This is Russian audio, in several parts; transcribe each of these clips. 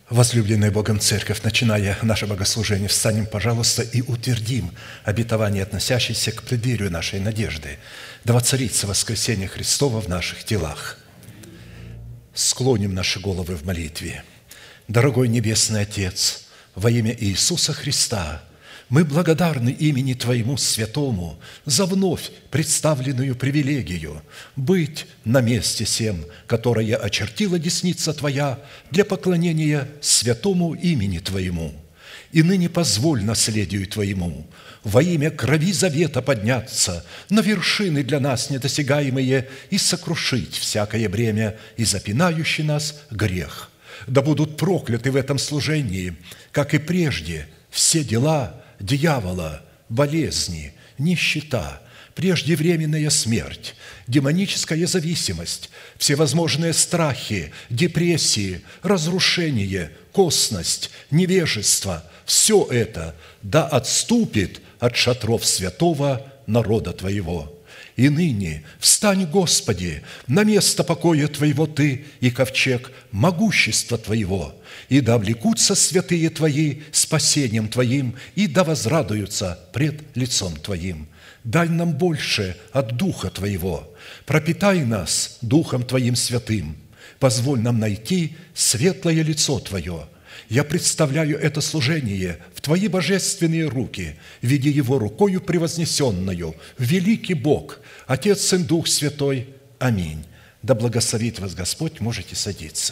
Возлюбленная Богом Церковь, начиная наше богослужение, встанем, пожалуйста, и утвердим обетование, относящееся к преддверию нашей надежды, да воцарится воскресение Христова в наших телах. Склоним наши головы в молитве. Дорогой Небесный Отец, во имя Иисуса Христа, мы благодарны имени Твоему Святому за вновь представленную привилегию быть на месте сем, которое очертила десница Твоя для поклонения святому имени Твоему. И ныне позволь наследию Твоему во имя крови завета подняться на вершины для нас недосягаемые и сокрушить всякое бремя и запинающий нас грех. Да будут прокляты в этом служении, как и прежде, все дела дьявола, болезни, нищета, преждевременная смерть, демоническая зависимость, всевозможные страхи, депрессии, разрушение, косность, невежество – все это да отступит от шатров святого народа Твоего. И ныне встань, Господи, на место покоя Твоего Ты и ковчег могущества Твоего, и да облекутся святые Твои спасением Твоим, и да возрадуются пред лицом Твоим. Дай нам больше от Духа Твоего, пропитай нас Духом Твоим святым, позволь нам найти светлое лицо Твое. Я представляю это служение в Твои божественные руки, веди его рукою превознесенную, великий Бог, Отец, Сын, Дух Святой. Аминь. Да благословит вас Господь, можете садиться.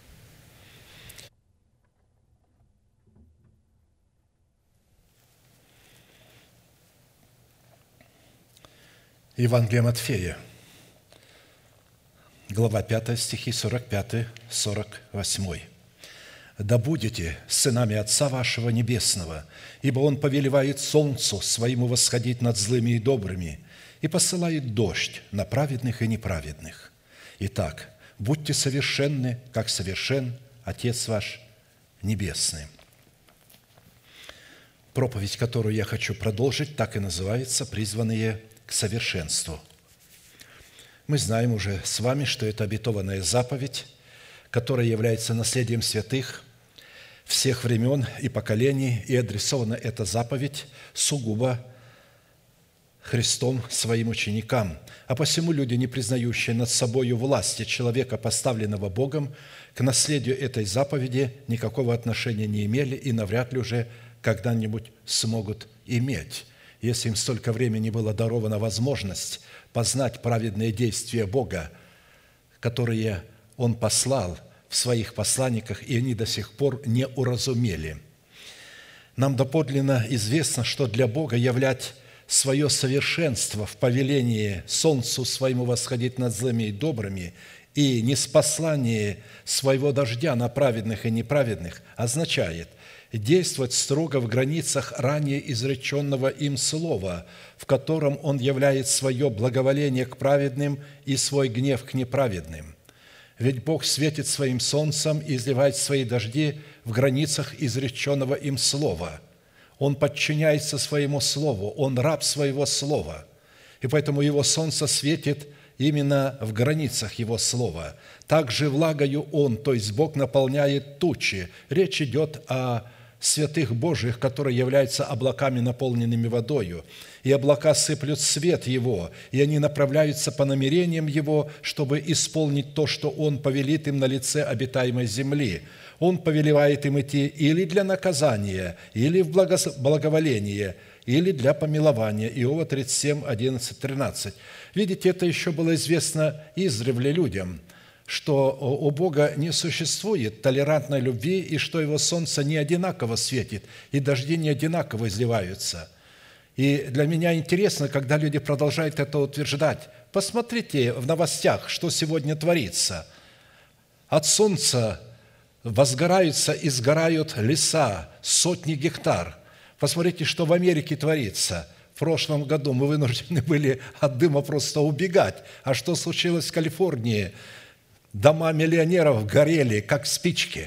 Евангелие Матфея, глава 5, стихи 45-48. «Да будете сынами Отца вашего Небесного, ибо Он повелевает солнцу своему восходить над злыми и добрыми и посылает дождь на праведных и неправедных. Итак, будьте совершенны, как совершен Отец ваш Небесный». Проповедь, которую я хочу продолжить, так и называется «Призванные к совершенству». Мы знаем уже с вами, что это обетованная заповедь, которая является наследием святых всех времен и поколений, и адресована эта заповедь сугубо Христом своим ученикам. А посему люди, не признающие над собою власти человека, поставленного Богом, к наследию этой заповеди никакого отношения не имели и навряд ли уже когда-нибудь смогут иметь, если им столько времени была дарована возможность познать праведные действия Бога, которые Он послал в Своих посланниках, и они до сих пор не уразумели. Нам доподлинно известно, что для Бога являть свое совершенство в повелении солнцу своему восходить над злыми и добрыми и ниспослании своего дождя на праведных и неправедных означает действовать строго в границах ранее изреченного им слова, в котором Он являет свое благоволение к праведным и свой гнев к неправедным. Ведь Бог светит своим солнцем и изливает свои дожди в границах изреченного им слова. Он подчиняется своему слову, Он раб своего слова, и поэтому Его солнце светит именно в границах Его слова. Также влагою Он, то есть Бог, наполняет тучи. Речь идет о святых Божьих, которые являются облаками, наполненными водою. И облака сыплют свет Его, и они направляются по намерениям Его, чтобы исполнить то, что Он повелит им на лице обитаемой земли. Он повелевает им идти или для наказания, или в благоволение, или для помилования. Иова 37, 11, 13. Видите, это еще было известно издревле людям, что у Бога не существует толерантной любви, и что Его солнце не одинаково светит, и дожди не одинаково изливаются. И для меня интересно, когда люди продолжают это утверждать. Посмотрите в новостях, что сегодня творится. От солнца возгораются и сгорают леса, сотни гектар. Посмотрите, что в Америке творится. В прошлом году мы вынуждены были от дыма просто убегать. А что случилось в Калифорнии? Дома миллионеров горели, как спички.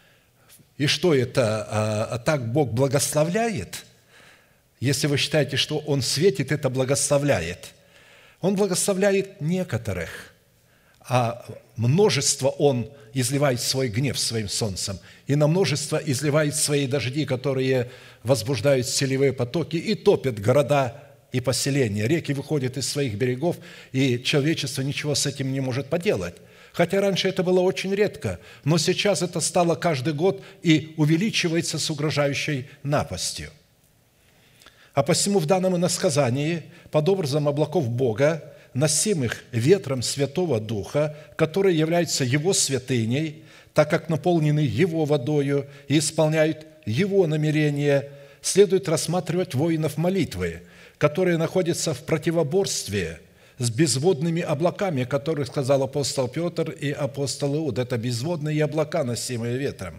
И что это? Так Бог благословляет? Если вы считаете, что Он светит, это благословляет. Он благословляет некоторых, а множество Он изливает свой гнев своим солнцем, и на множество изливает свои дожди, которые возбуждают селевые потоки и топят города и поселения. Реки выходят из своих берегов, и человечество ничего с этим не может поделать. Хотя раньше это было очень редко, но сейчас это стало каждый год и увеличивается с угрожающей напастью. А посему в данном иносказании, под образом облаков Бога, носимых ветром Святого Духа, которые являются Его святыней, так как наполнены Его водою и исполняют Его намерения, следует рассматривать воинов молитвы, которые находятся в противоборстве с безводными облаками, о которых сказал апостол Петр и апостол Иуда. Это безводные облака, носимые ветром.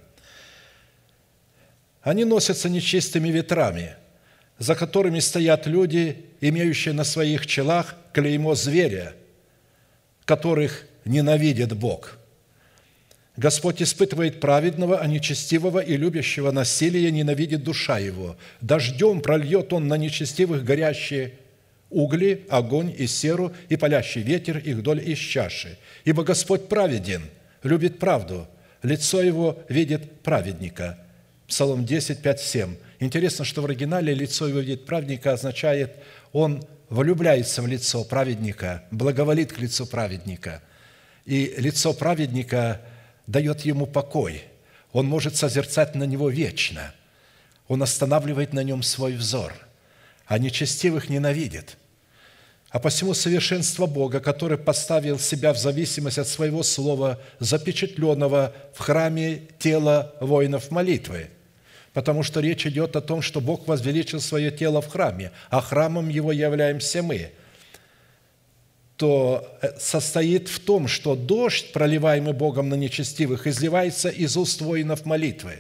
Они носятся нечистыми ветрами, за которыми стоят люди, имеющие на своих челах клеймо зверя, которых ненавидит Бог. Господь испытывает праведного, а нечестивого и любящего насилия ненавидит душа его. Дождем прольет он на нечестивых горящие угли, огонь и серу, и палящий ветер их вдоль из чаши. Ибо Господь праведен, любит правду, лицо его видит праведника». Псалом 10, 5, 7. Интересно, что в оригинале «лицо его видит праведника» означает «он влюбляется в лицо праведника, благоволит к лицу праведника». И лицо праведника дает ему покой. Он может созерцать на него вечно. Он останавливает на нем свой взор. А нечестивых ненавидит. А посему совершенство Бога, который поставил себя в зависимость от своего слова, запечатленного в храме тела воинов молитвы, потому что речь идет о том, что Бог возвеличил свое тело в храме, а храмом его являемся мы, то состоит в том, что дождь, проливаемый Богом на нечестивых, изливается из уст воинов молитвы.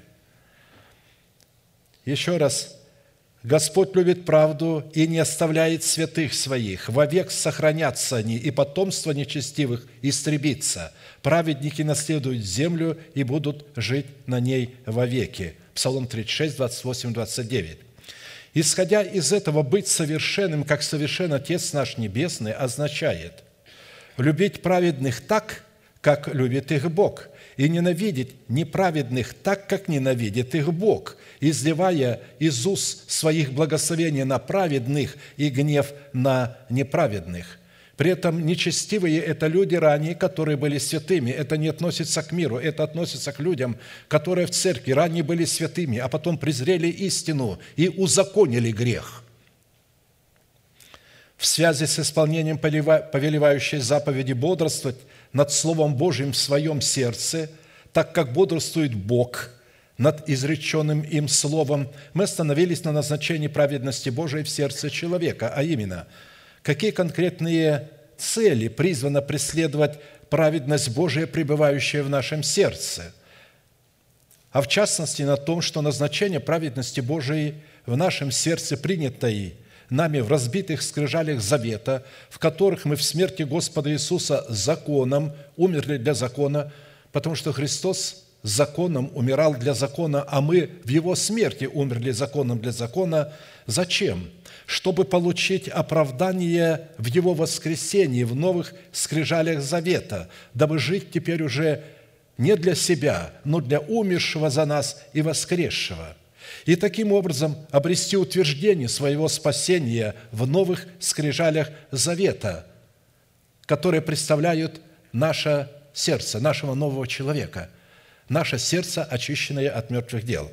Еще раз, Господь любит правду и не оставляет святых своих. Вовек сохранятся они, и потомство нечестивых истребится. Праведники наследуют землю и будут жить на ней вовеки. Псалом 36, 28, 29. Исходя из этого, быть совершенным, как совершен Отец наш Небесный, означает любить праведных так, как любит их Бог, и ненавидеть неправедных так, как ненавидит их Бог, изливая из уст своих благословений на праведных и гнев на неправедных. При этом нечестивые – это люди ранее, которые были святыми. Это не относится к миру, это относится к людям, которые в церкви ранее были святыми, а потом презрели истину и узаконили грех. В связи с исполнением повелевающей заповеди бодрствовать над Словом Божьим в своем сердце, так как бодрствует Бог над изреченным им Словом, мы остановились на назначении праведности Божией в сердце человека, а именно – какие конкретные цели призвано преследовать праведность Божия, пребывающая в нашем сердце? А в частности, на том, что назначение праведности Божией в нашем сердце, принятой нами в разбитых скрижалях завета, в которых мы в смерти Господа Иисуса законом умерли для закона, потому что Христос законом умирал для закона, а мы в Его смерти умерли законом для закона. Зачем? Чтобы получить оправдание в Его воскресении, в новых скрижалях завета, дабы жить теперь уже не для себя, но для умершего за нас и воскресшего. И таким образом обрести утверждение своего спасения в новых скрижалях завета, которые представляют наше сердце, нашего нового человека, наше сердце, очищенное от мертвых дел.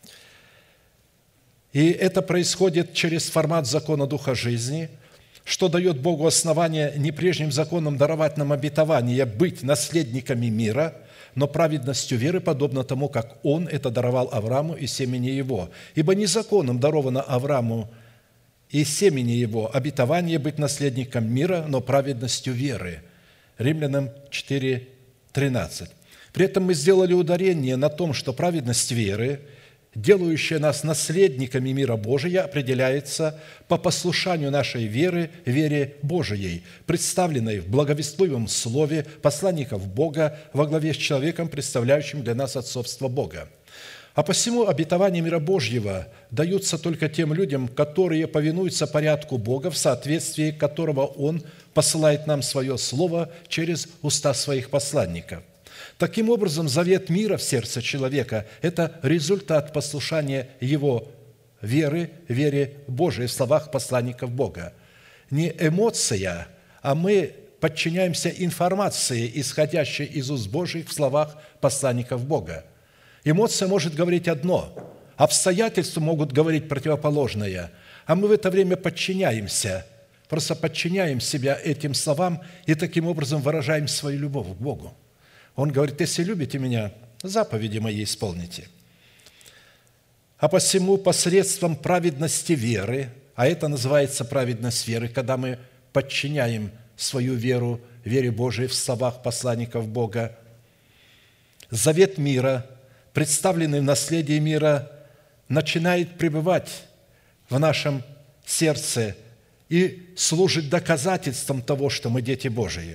И это происходит через формат закона Духа жизни, что дает Богу основание не прежним законом даровать нам обетование быть наследниками мира, но праведностью веры, подобно тому, как Он это даровал Аврааму и семени его. Ибо не законом даровано Аврааму и семени его обетование быть наследником мира, но праведностью веры. Римлянам 4:13. При этом мы сделали ударение на том, что праведность веры, делающая нас наследниками мира Божия, определяется по послушанию нашей веры, вере Божией, представленной в благовествуемом слове посланников Бога во главе с человеком, представляющим для нас отцовство Бога. А посему обетования мира Божьего даются только тем людям, которые повинуются порядку Бога, в соответствии которого Он посылает нам свое слово через уста своих посланников. Таким образом, завет мира в сердце человека – это результат послушания его вере Божией в словах посланников Бога. Не эмоция, а мы подчиняемся информации, исходящей из уст Божьих в словах посланников Бога. Эмоция может говорить одно, обстоятельства могут говорить противоположное, а мы в это время подчиняемся, просто подчиняем себя этим словам и таким образом выражаем свою любовь к Богу. Он говорит: «Если любите Меня, заповеди Мои исполните». А посему посредством праведности веры, а это называется праведность веры, когда мы подчиняем свою веру вере Божией в словах посланников Бога, завет мира, представленный в наследии мира, начинает пребывать в нашем сердце и служит доказательством того, что мы дети Божии.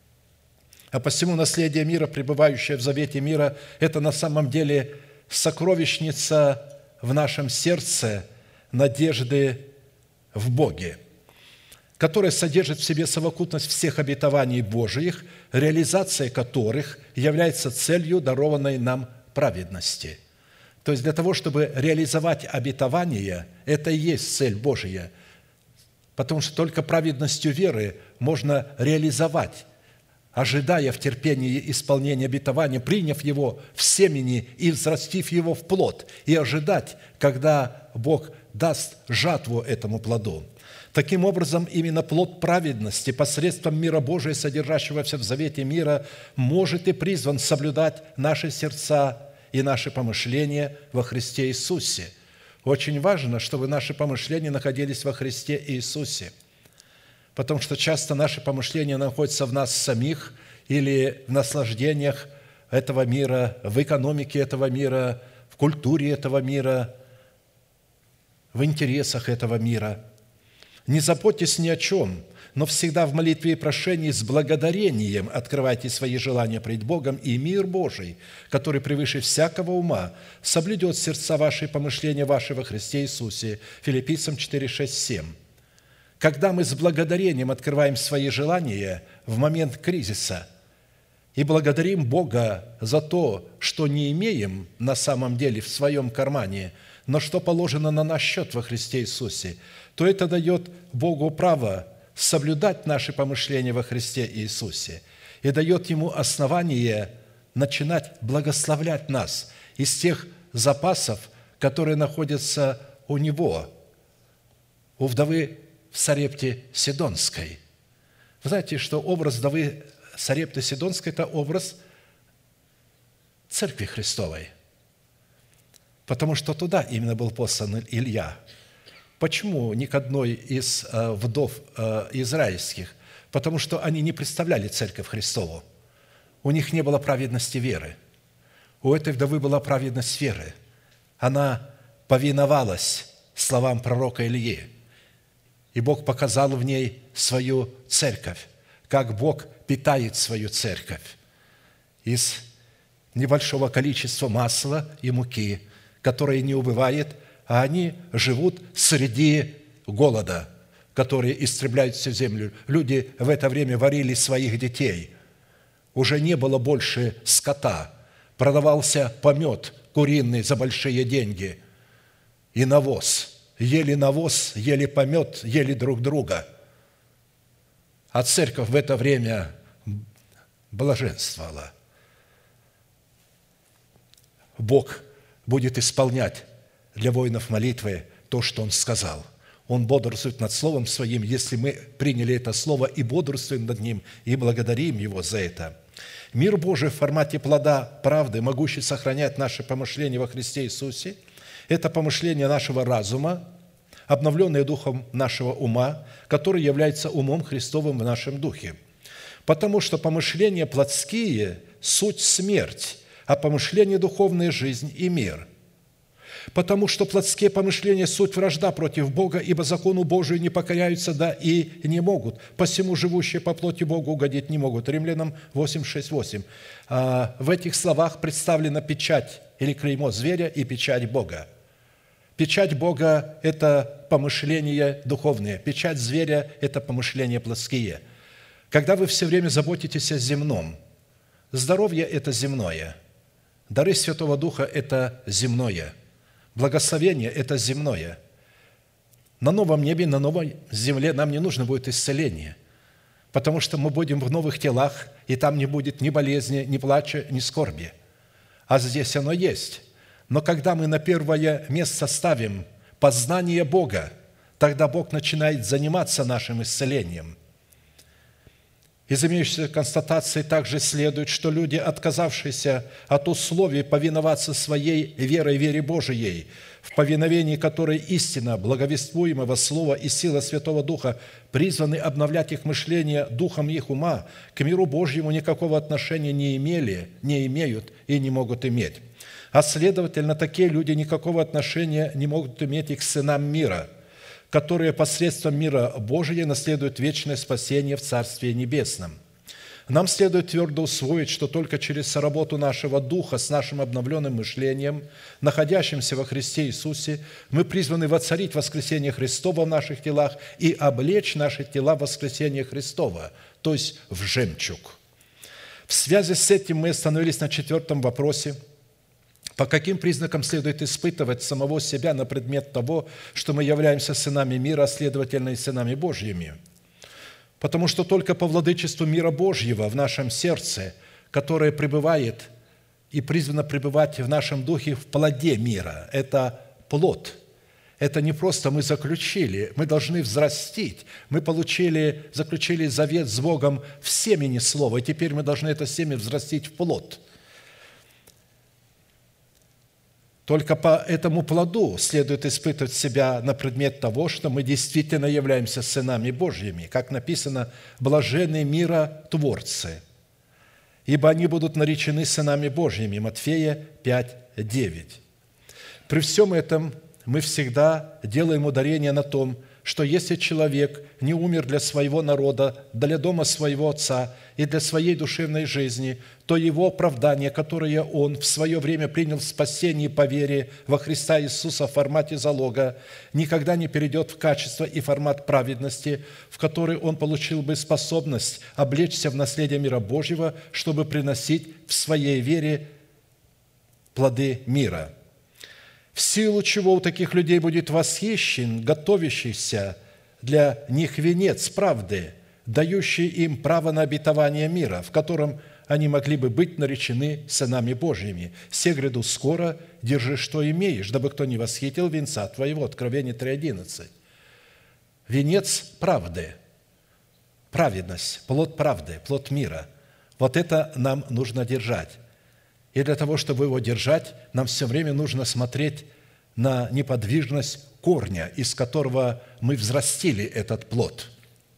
А посему наследие мира, пребывающее в завете мира, это на самом деле сокровищница в нашем сердце надежды в Боге, которая содержит в себе совокупность всех обетований Божиих, реализация которых является целью дарованной нам праведности. То есть для того, чтобы реализовать обетование, это и есть цель Божия, потому что только праведностью веры можно реализовать, ожидая в терпении исполнения обетования, приняв его в семени и взрастив его в плод, и ожидать, когда Бог даст жатву этому плоду. Таким образом, именно плод праведности посредством мира Божия, содержащегося в завете мира, может и призван соблюдать наши сердца и наши помышления во Христе Иисусе. Очень важно, чтобы наши помышления находились во Христе Иисусе, потому что часто наши помышления находятся в нас самих или в наслаждениях этого мира, в экономике этого мира, в культуре этого мира, в интересах этого мира. Не заботьтесь ни о чем, но всегда в молитве и прошении с благодарением открывайте свои желания пред Богом, и мир Божий, который превыше всякого ума, соблюдет сердца ваши и помышления ваши во Христе Иисусе». Филиппийцам 4, 6, 7. Когда мы с благодарением открываем свои желания в момент кризиса и благодарим Бога за то, что не имеем на самом деле в своем кармане, но что положено на наш счет во Христе Иисусе, то это дает Богу право соблюдать наши помышления во Христе Иисусе и дает Ему основание начинать благословлять нас из тех запасов, которые находятся у Него, у вдовы в Сарепте Сидонской. Вы знаете, что образ вдовы Сарепты Сидонской – это образ Церкви Христовой, потому что туда именно был послан Илья. Почему ни к одной из вдов израильских? Потому что они не представляли Церковь Христову. У них не было праведности веры. У этой вдовы была праведность веры. Она повиновалась словам пророка Ильи. И Бог показал в ней свою церковь, как Бог питает свою церковь из небольшого количества масла и муки, которое не убывает, а они живут среди голода, который истребляет всю землю. Люди в это время варили своих детей. Уже не было больше скота. Продавался помет куриный за большие деньги и навоз. Ели помет, ели друг друга. А церковь в это время блаженствовала. Бог будет исполнять для воинов молитвы то, что Он сказал. Он бодрствует над Словом Своим, если мы приняли это Слово и бодрствуем над Ним, и благодарим Его за это. Мир Божий в формате плода правды, могущий сохранять наши помышления во Христе Иисусе, это помышление нашего разума, обновленное духом нашего ума, который является умом Христовым в нашем духе. Потому что помышления плотские – суть смерть, а помышления духовные – жизнь и мир. Потому что плотские помышления – суть вражда против Бога, ибо закону Божию не покоряются, да и не могут. Посему живущие по плоти Богу угодить не могут». Римлянам 8, 6, 8. В этих словах представлена печать или клеймо зверя и печать Бога. Печать Бога – это помышления духовные, печать зверя – это помышления плотские. Когда вы все время заботитесь о земном, Здоровье – это земное. Дары Святого Духа – это земное. Благословение – это земное. На новом небе, на новой земле нам не нужно будет исцеление, потому что мы будем в новых телах, и там не будет ни болезни, ни плача, ни скорби. А здесь оно есть. Но когда мы на первое место ставим познание Бога, тогда Бог начинает заниматься нашим исцелением. Из имеющейся констатации также следует, что люди, отказавшиеся от условий повиноваться своей верой, вере Божией, в повиновении которой истина благовествуемого Слова и сила Святого Духа призваны обновлять их мышление духом их ума, к миру Божьему никакого отношения не имели, не имеют и не могут иметь. А следовательно, такие люди никакого отношения не могут иметь и к сынам мира, которые посредством мира Божия наследуют вечное спасение в Царстве Небесном. Нам следует твердо усвоить, что только через работу нашего Духа с нашим обновленным мышлением, находящимся во Христе Иисусе, мы призваны воцарить воскресение Христова в наших телах и облечь наши тела в воскресение Христова, то есть в жемчуг. В связи с этим мы остановились на 4-м вопросе: по каким признакам следует испытывать самого себя на предмет того, что мы являемся сынами мира, а следовательно и сынами Божьими? Потому что только по владычеству мира Божьего в нашем сердце, которое пребывает и призвано пребывать в нашем духе в плоде мира, это плод. Это не просто мы заключили, мы должны взрастить. Мы заключили завет с Богом в семени слова, и теперь мы должны это семя взрастить в плод. Только по этому плоду следует испытывать себя на предмет того, что мы действительно являемся сынами Божьими. Как написано: «Блаженны миротворцы, ибо они будут наречены сынами Божьими». Матфея 5:9. При всем этом мы всегда делаем ударение на том, что если человек не умер для своего народа, для дома своего отца и для своей душевной жизни, то его оправдание, которое он в свое время принял в спасении по вере во Христа Иисуса в формате залога, никогда не перейдет в качество и формат праведности, в который он получил бы способность облечься в наследие мира Божьего, чтобы приносить в своей вере плоды мира. В силу чего у таких людей будет восхищен готовящийся для них венец правды, дающий им право на обетование мира, в котором они могли бы быть наречены сынами Божьими. «Се гряду скоро, держи, что имеешь, дабы кто не восхитил венца твоего». Откровение 3:11. Венец правды, праведность, плод правды, плод мира. Вот это нам нужно держать. И для того, чтобы его держать, нам все время нужно смотреть на неподвижность корня, из которого мы взрастили этот плод.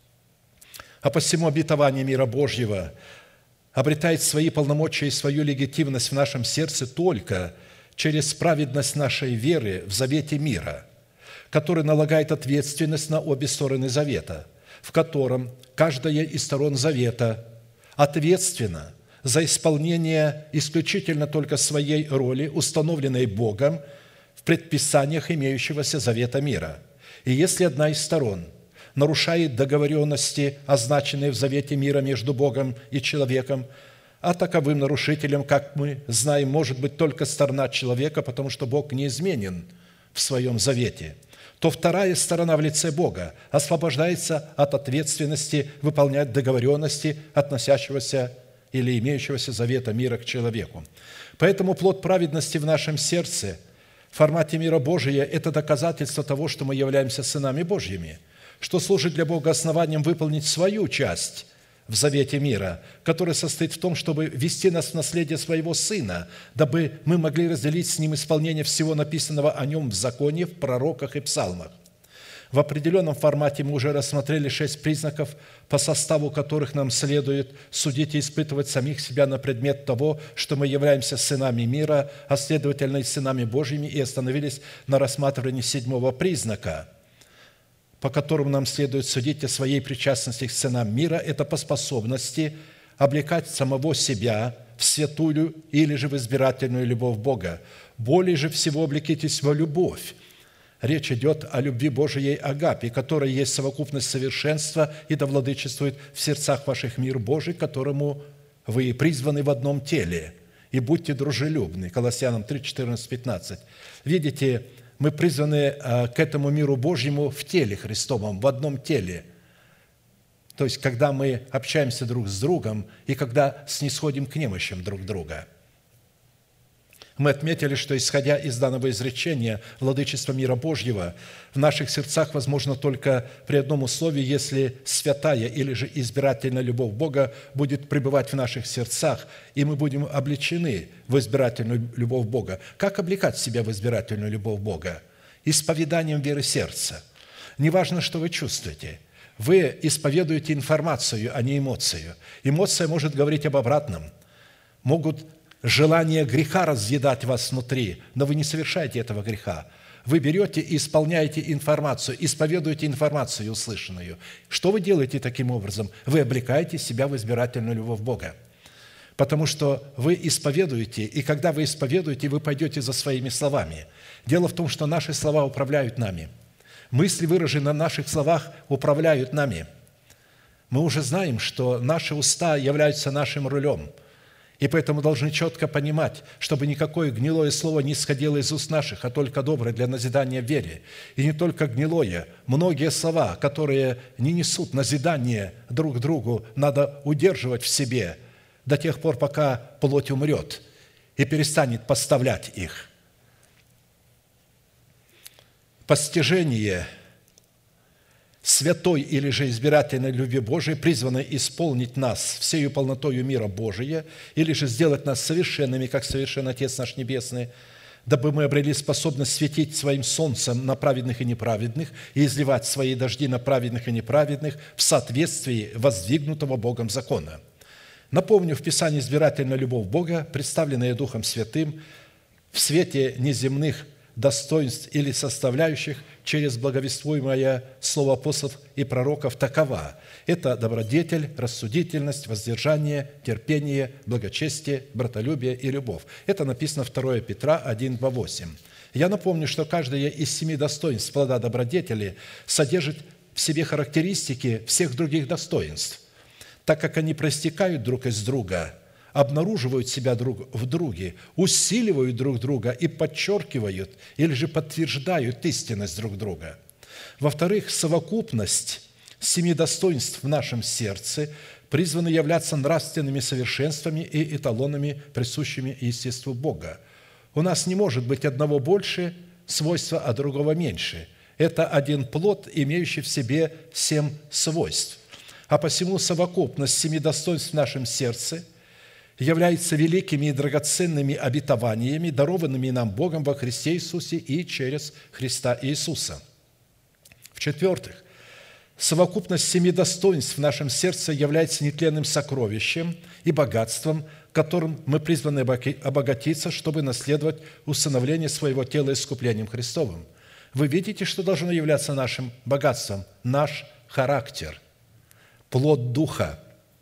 А посему обетование мира Божьего обретает свои полномочия и свою легитимность в нашем сердце только через праведность нашей веры в завете мира, который налагает ответственность на обе стороны завета, в котором каждая из сторон завета ответственна за исполнение исключительно только своей роли, установленной Богом в предписаниях имеющегося завета мира. И если одна из сторон нарушает договоренности, означенные в завете мира между Богом и человеком, а таковым нарушителем, как мы знаем, может быть только сторона человека, потому что Бог неизменен в своем завете, то вторая сторона в лице Бога освобождается от ответственности выполнять договоренности, относящегося или имеющегося завета мира к человеку. Поэтому плод праведности в нашем сердце в формате мира Божия – это доказательство того, что мы являемся сынами Божьими, что служит для Бога основанием выполнить свою часть в завете мира, который состоит в том, чтобы ввести нас в наследие своего Сына, дабы мы могли разделить с Ним исполнение всего написанного о Нем в законе, в пророках и псалмах. В определенном формате мы уже рассмотрели 6 признаков, по составу которых нам следует судить и испытывать самих себя на предмет того, что мы являемся сынами мира, а следовательно и сынами Божьими, и остановились на рассматривании 7-го признака, по которому нам следует судить о своей причастности к сынам мира. Это по способности облекать самого себя в святую или же в избирательную любовь Бога. Более же всего облекитесь во любовь. Речь идет о любви Божией агапе, которая есть совокупность совершенства и да владычествует в сердцах ваших мир Божий, которому вы призваны в одном теле, и будьте дружелюбны». Колоссянам 3, 14, 15. Видите, мы призваны к этому миру Божьему в теле Христовом, в одном теле. То есть, когда мы общаемся друг с другом и когда снисходим к немощам друг друга. Мы отметили, что, исходя из данного изречения, владычество мира Божьего в наших сердцах возможно только при одном условии, если святая или же избирательная любовь Бога будет пребывать в наших сердцах, и мы будем облечены в избирательную любовь Бога. Как облекать себя в избирательную любовь Бога? Исповеданием веры сердца. Неважно, что вы чувствуете. Вы исповедуете информацию, а не эмоцию. Эмоция может говорить об обратном. Могут желание греха разъедать вас внутри, но вы не совершаете этого греха. Вы берете и исполняете информацию, исповедуете информацию услышанную. Что вы делаете таким образом? Вы облекаете себя в избирательную любовь Бога. Потому что вы исповедуете, и когда вы исповедуете, вы пойдете за своими словами. Дело в том, что наши слова управляют нами. Мысли, выраженные на наших словах, управляют нами. Мы уже знаем, что наши уста являются нашим рулем. И поэтому должны четко понимать, чтобы никакое гнилое слово не исходило из уст наших, а только доброе для назидания в вере. И не только гнилое. Многие слова, которые не несут назидания друг другу, надо удерживать в себе до тех пор, пока плоть умрет и перестанет поставлять их. Постижение святой или же избирательной любви Божией призвано исполнить нас всею полнотою мира Божия или же сделать нас совершенными, как совершен Отец наш Небесный, дабы мы обрели способность светить своим солнцем на праведных и неправедных и изливать свои дожди на праведных и неправедных в соответствии воздвигнутого Богом закона. Напомню, в Писании избирательная любовь Бога, представленная Духом Святым в свете неземных достоинств или составляющих через благовествуемое слово апостолов и пророков такова. Это добродетель, рассудительность, воздержание, терпение, благочестие, братолюбие и любовь. Это написано 2 Петра 1, 2, 8. Я напомню, что каждое из 7 достоинств плода добродетели содержит в себе характеристики всех других достоинств, так как они проистекают друг из друга, обнаруживают себя друг в друге, усиливают друг друга и подчеркивают или же подтверждают истинность друг друга. Во-вторых, совокупность 7 достоинств в нашем сердце призваны являться нравственными совершенствами и эталонами, присущими естеству Бога. У нас не может быть одного больше свойства, а другого меньше. Это один плод, имеющий в себе 7 свойств. А посему совокупность 7 достоинств в нашем сердце является великими и драгоценными обетованиями, дарованными нам Богом во Христе Иисусе и через Христа Иисуса. В-четвертых, совокупность 7 достоинств в нашем сердце является нетленным сокровищем и богатством, которым мы призваны обогатиться, чтобы наследовать усыновление своего тела искуплением Христовым. Вы видите, что должно являться нашим богатством? Наш характер, плод Духа.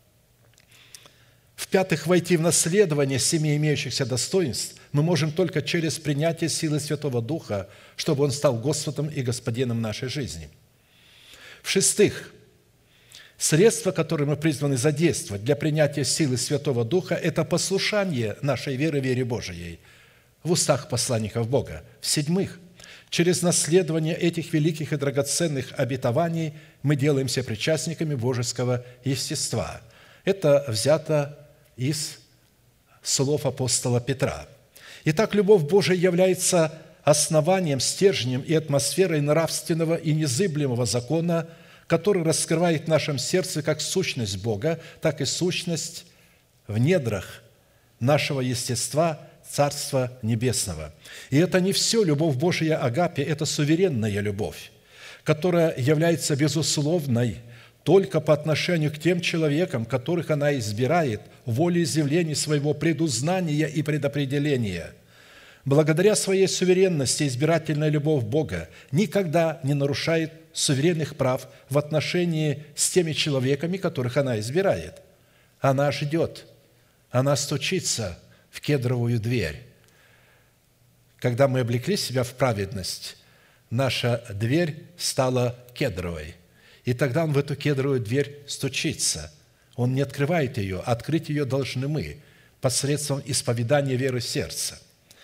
В-пятых, войти в наследование 7 имеющихся достоинств мы можем только через принятие силы Святого Духа, чтобы Он стал Господом и Господином нашей жизни. В-шестых, средство, которое мы призваны задействовать для принятия силы Святого Духа, это послушание нашей веры, вере Божией в устах посланников Бога. В-седьмых, через наследование этих великих и драгоценных обетований мы делаемся причастниками божеского естества. Это взято из слов апостола Петра. Итак, любовь Божия является основанием, стержнем и атмосферой нравственного и незыблемого закона, который раскрывает в нашем сердце как сущность Бога, так и сущность в недрах нашего естества, Царства Небесного. И это не все любовь Божия агапе, это суверенная любовь, которая является безусловной только по отношению к тем человекам, которых она избирает волеизъявления своего предузнания и предопределения. Благодаря своей суверенности избирательная любовь Бога никогда не нарушает суверенных прав в отношении с теми человеками, которых она избирает. Она ждет, она стучится в кедровую дверь. Когда мы облекли себя в праведность, наша дверь стала кедровой. И тогда Он в эту кедровую дверь стучится. Он не открывает ее, открыть ее должны мы посредством исповедания веры сердца.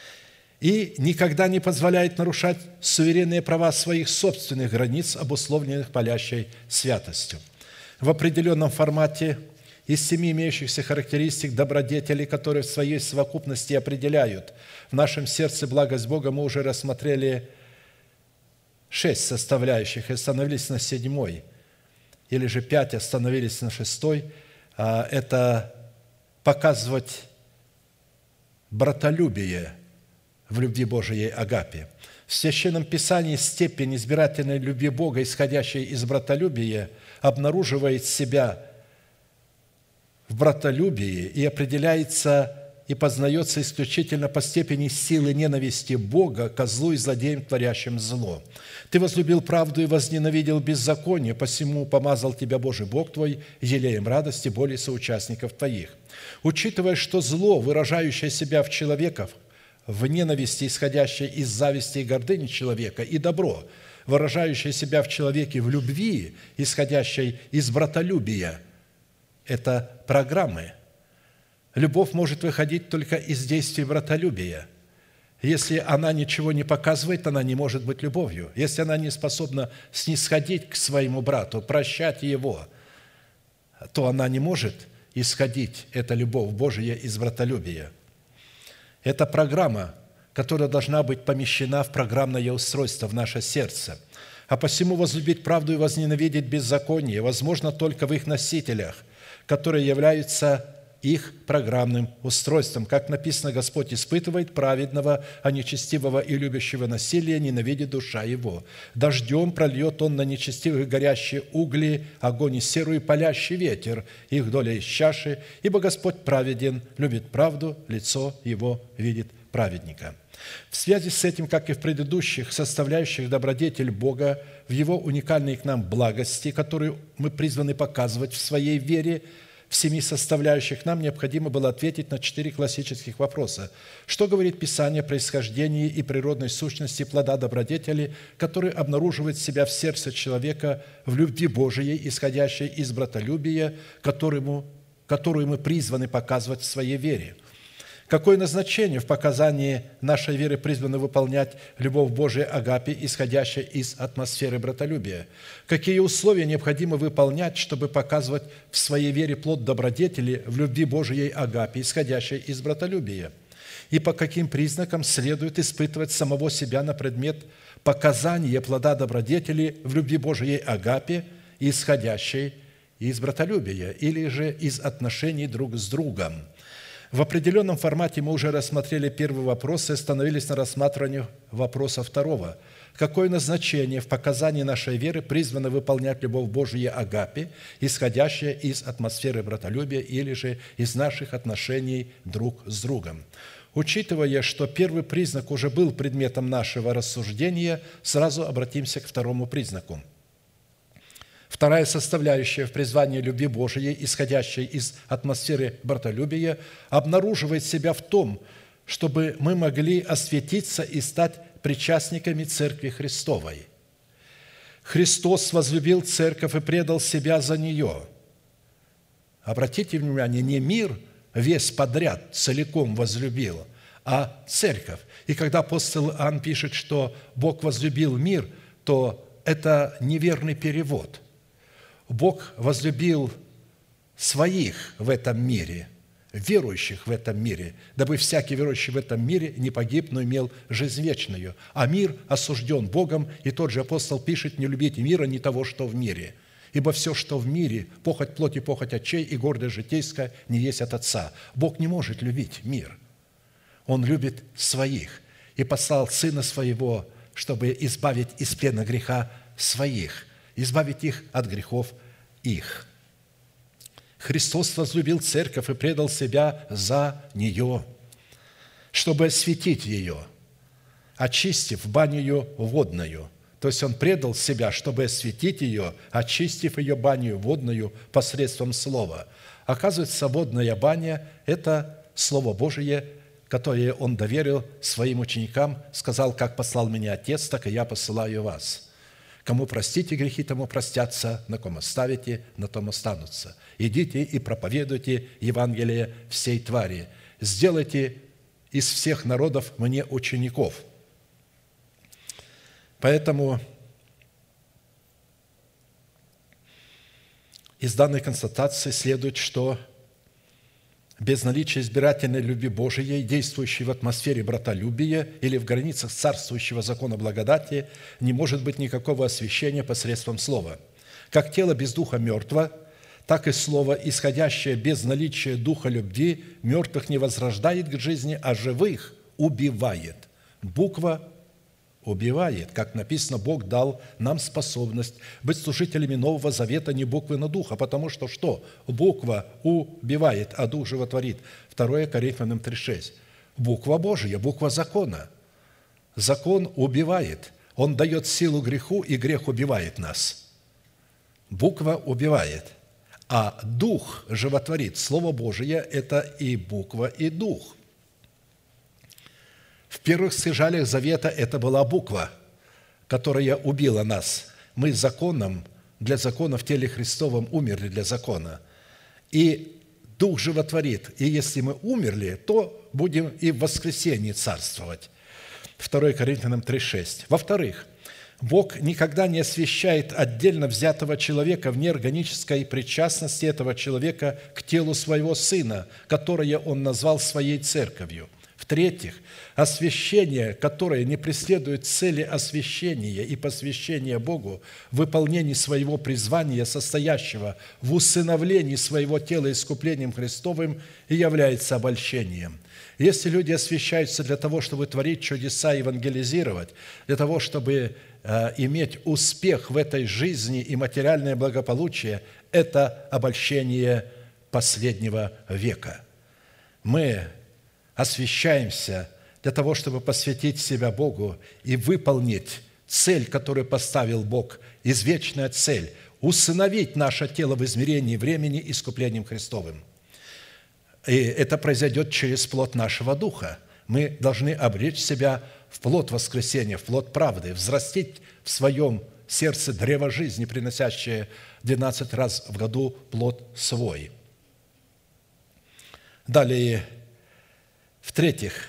И никогда не позволяет нарушать суверенные права своих собственных границ, обусловленных палящей святостью. В определенном формате из 7 имеющихся характеристик добродетелей, которые в своей совокупности определяют в нашем сердце благость Бога, мы уже рассмотрели 6 составляющих и остановились на 7, или же 5 остановились на 6. Это показывать братолюбие в любви Божией агапе. В Священном Писании степень избирательной любви Бога, исходящей из братолюбия, обнаруживает себя в братолюбии и определяется и познается исключительно по степени силы ненависти Бога ко злу и злодеям, творящим зло. «Ты возлюбил правду и возненавидел беззаконие, посему помазал тебя Божий Бог твой елеем радости более соучастников твоих». Учитывая, что зло, выражающее себя в человеках, в ненависти, исходящей из зависти и гордыни человека, и добро, выражающее себя в человеке в любви, исходящей из братолюбия, это программы. Любовь может выходить только из действий братолюбия. Если она ничего не показывает, она не может быть любовью. Если она не способна снисходить к своему брату, прощать его, то она не может исходить, эта любовь Божия, из братолюбия. Это программа, которая должна быть помещена в программное устройство в наше сердце. А посему возлюбить правду и возненавидеть беззаконие возможно только в их носителях, которые являются их программным устройством. Как написано, Господь испытывает праведного, а нечестивого и любящего насилия ненавидит душа его. Дождем прольет он на нечестивых горящие угли, огонь и серу и палящий ветер, их доля из чаши, ибо Господь праведен, любит правду, лицо его видит праведника». В связи с этим, как и в предыдущих составляющих добродетель Бога, в Его уникальной к нам благости, которую мы призваны показывать в своей вере, в 7 составляющих, нам необходимо было ответить на 4 классических вопроса. Что говорит Писание о происхождении и природной сущности плода добродетели, который обнаруживает себя в сердце человека в любви Божией, исходящей из братолюбия, которую мы призваны показывать в своей вере? Какое назначение в показании нашей веры призваны выполнять любовь Божия агапе, исходящая из атмосферы братолюбия? Какие условия необходимо выполнять, чтобы показывать в своей вере плод добродетели в любви Божией агапе, исходящей из братолюбия? И по каким признакам следует испытывать самого себя на предмет показания плода добродетели в любви Божией агапе, исходящей из братолюбия, или же из отношений друг с другом? В определенном формате мы уже рассмотрели первый вопрос и остановились на рассматривании вопроса второго. Какое назначение в показании нашей веры призвано выполнять любовь Божия агапе, исходящая из атмосферы братолюбия или же из наших отношений друг с другом? Учитывая, что первый признак уже был предметом нашего рассуждения, сразу обратимся к второму признаку. Вторая составляющая в призвании любви Божией, исходящей из атмосферы братолюбия, обнаруживает себя в том, чтобы мы могли осветиться и стать причастниками Церкви Христовой. Христос возлюбил Церковь и предал Себя за нее. Обратите внимание, не мир весь подряд целиком возлюбил, а Церковь. И когда апостол Иоанн пишет, что Бог возлюбил мир, то это неверный перевод. Бог возлюбил своих в этом мире, верующих в этом мире, дабы всякий верующий в этом мире не погиб, но имел жизнь вечную. А мир осужден Богом, и тот же апостол пишет: «Не любите мира, не того, что в мире. Ибо все, что в мире, похоть плоти, похоть очей и гордость житейская, не есть от Отца». Бог не может любить мир. Он любит своих и послал Сына Своего, чтобы избавить из плена греха своих, избавить их от грехов их. Христос возлюбил Церковь и предал Себя за нее, чтобы осветить ее, очистив баню водную. То есть Он предал Себя, чтобы осветить ее, очистив ее баню водную посредством Слова. Оказывается, водная баня – это Слово Божие, которое Он доверил Своим ученикам, сказал: «Как послал Меня Отец, так и Я посылаю вас». Кому простите грехи, тому простятся, на ком оставите, на том останутся. Идите и проповедуйте Евангелие всей твари. Сделайте из всех народов мне учеников». Поэтому из данной констатации следует, что без наличия избирательной любви Божией, действующей в атмосфере братолюбия или в границах царствующего закона благодати, не может быть никакого освящения посредством слова. Как тело без духа мертво, так и слово, исходящее без наличия духа любви, мертвых не возрождает к жизни, а живых убивает. Буква убивает. Как написано, Бог дал нам способность быть служителями Нового Завета не буквы, но духа, потому что что? Буква убивает, а дух животворит. 2 Коринфянам 3,6. Буква Божия, буква закона. Закон убивает. Он дает силу греху, и грех убивает нас. Буква убивает. А дух животворит. Слово Божие – это и буква, и дух. В первых скрижалях Завета это была буква, которая убила нас. Мы законом, для закона в теле Христовом умерли для закона. И Дух животворит. И если мы умерли, то будем и в воскресении царствовать. 2 Коринфянам 3,6. Во-вторых, Бог никогда не освящает отдельно взятого человека в неорганической причастности этого человека к телу своего Сына, которое Он назвал Своей Церковью. В-третьих, освящение, которое не преследует цели освящения и посвящения Богу в выполнении своего призвания, состоящего в усыновлении своего тела искуплением Христовым, и является обольщением. Если люди освящаются для того, чтобы творить чудеса и евангелизировать, для того, чтобы иметь успех в этой жизни и материальное благополучие, это обольщение последнего века. Мы освящаемся для того, чтобы посвятить себя Богу и выполнить цель, которую поставил Бог, извечная цель – усыновить наше тело в измерении времени искуплением Христовым. И это произойдет через плод нашего духа. Мы должны обречь себя в плод воскресения, в плод правды, взрастить в своем сердце древо жизни, приносящее 12 раз в году плод свой. Далее, в-третьих,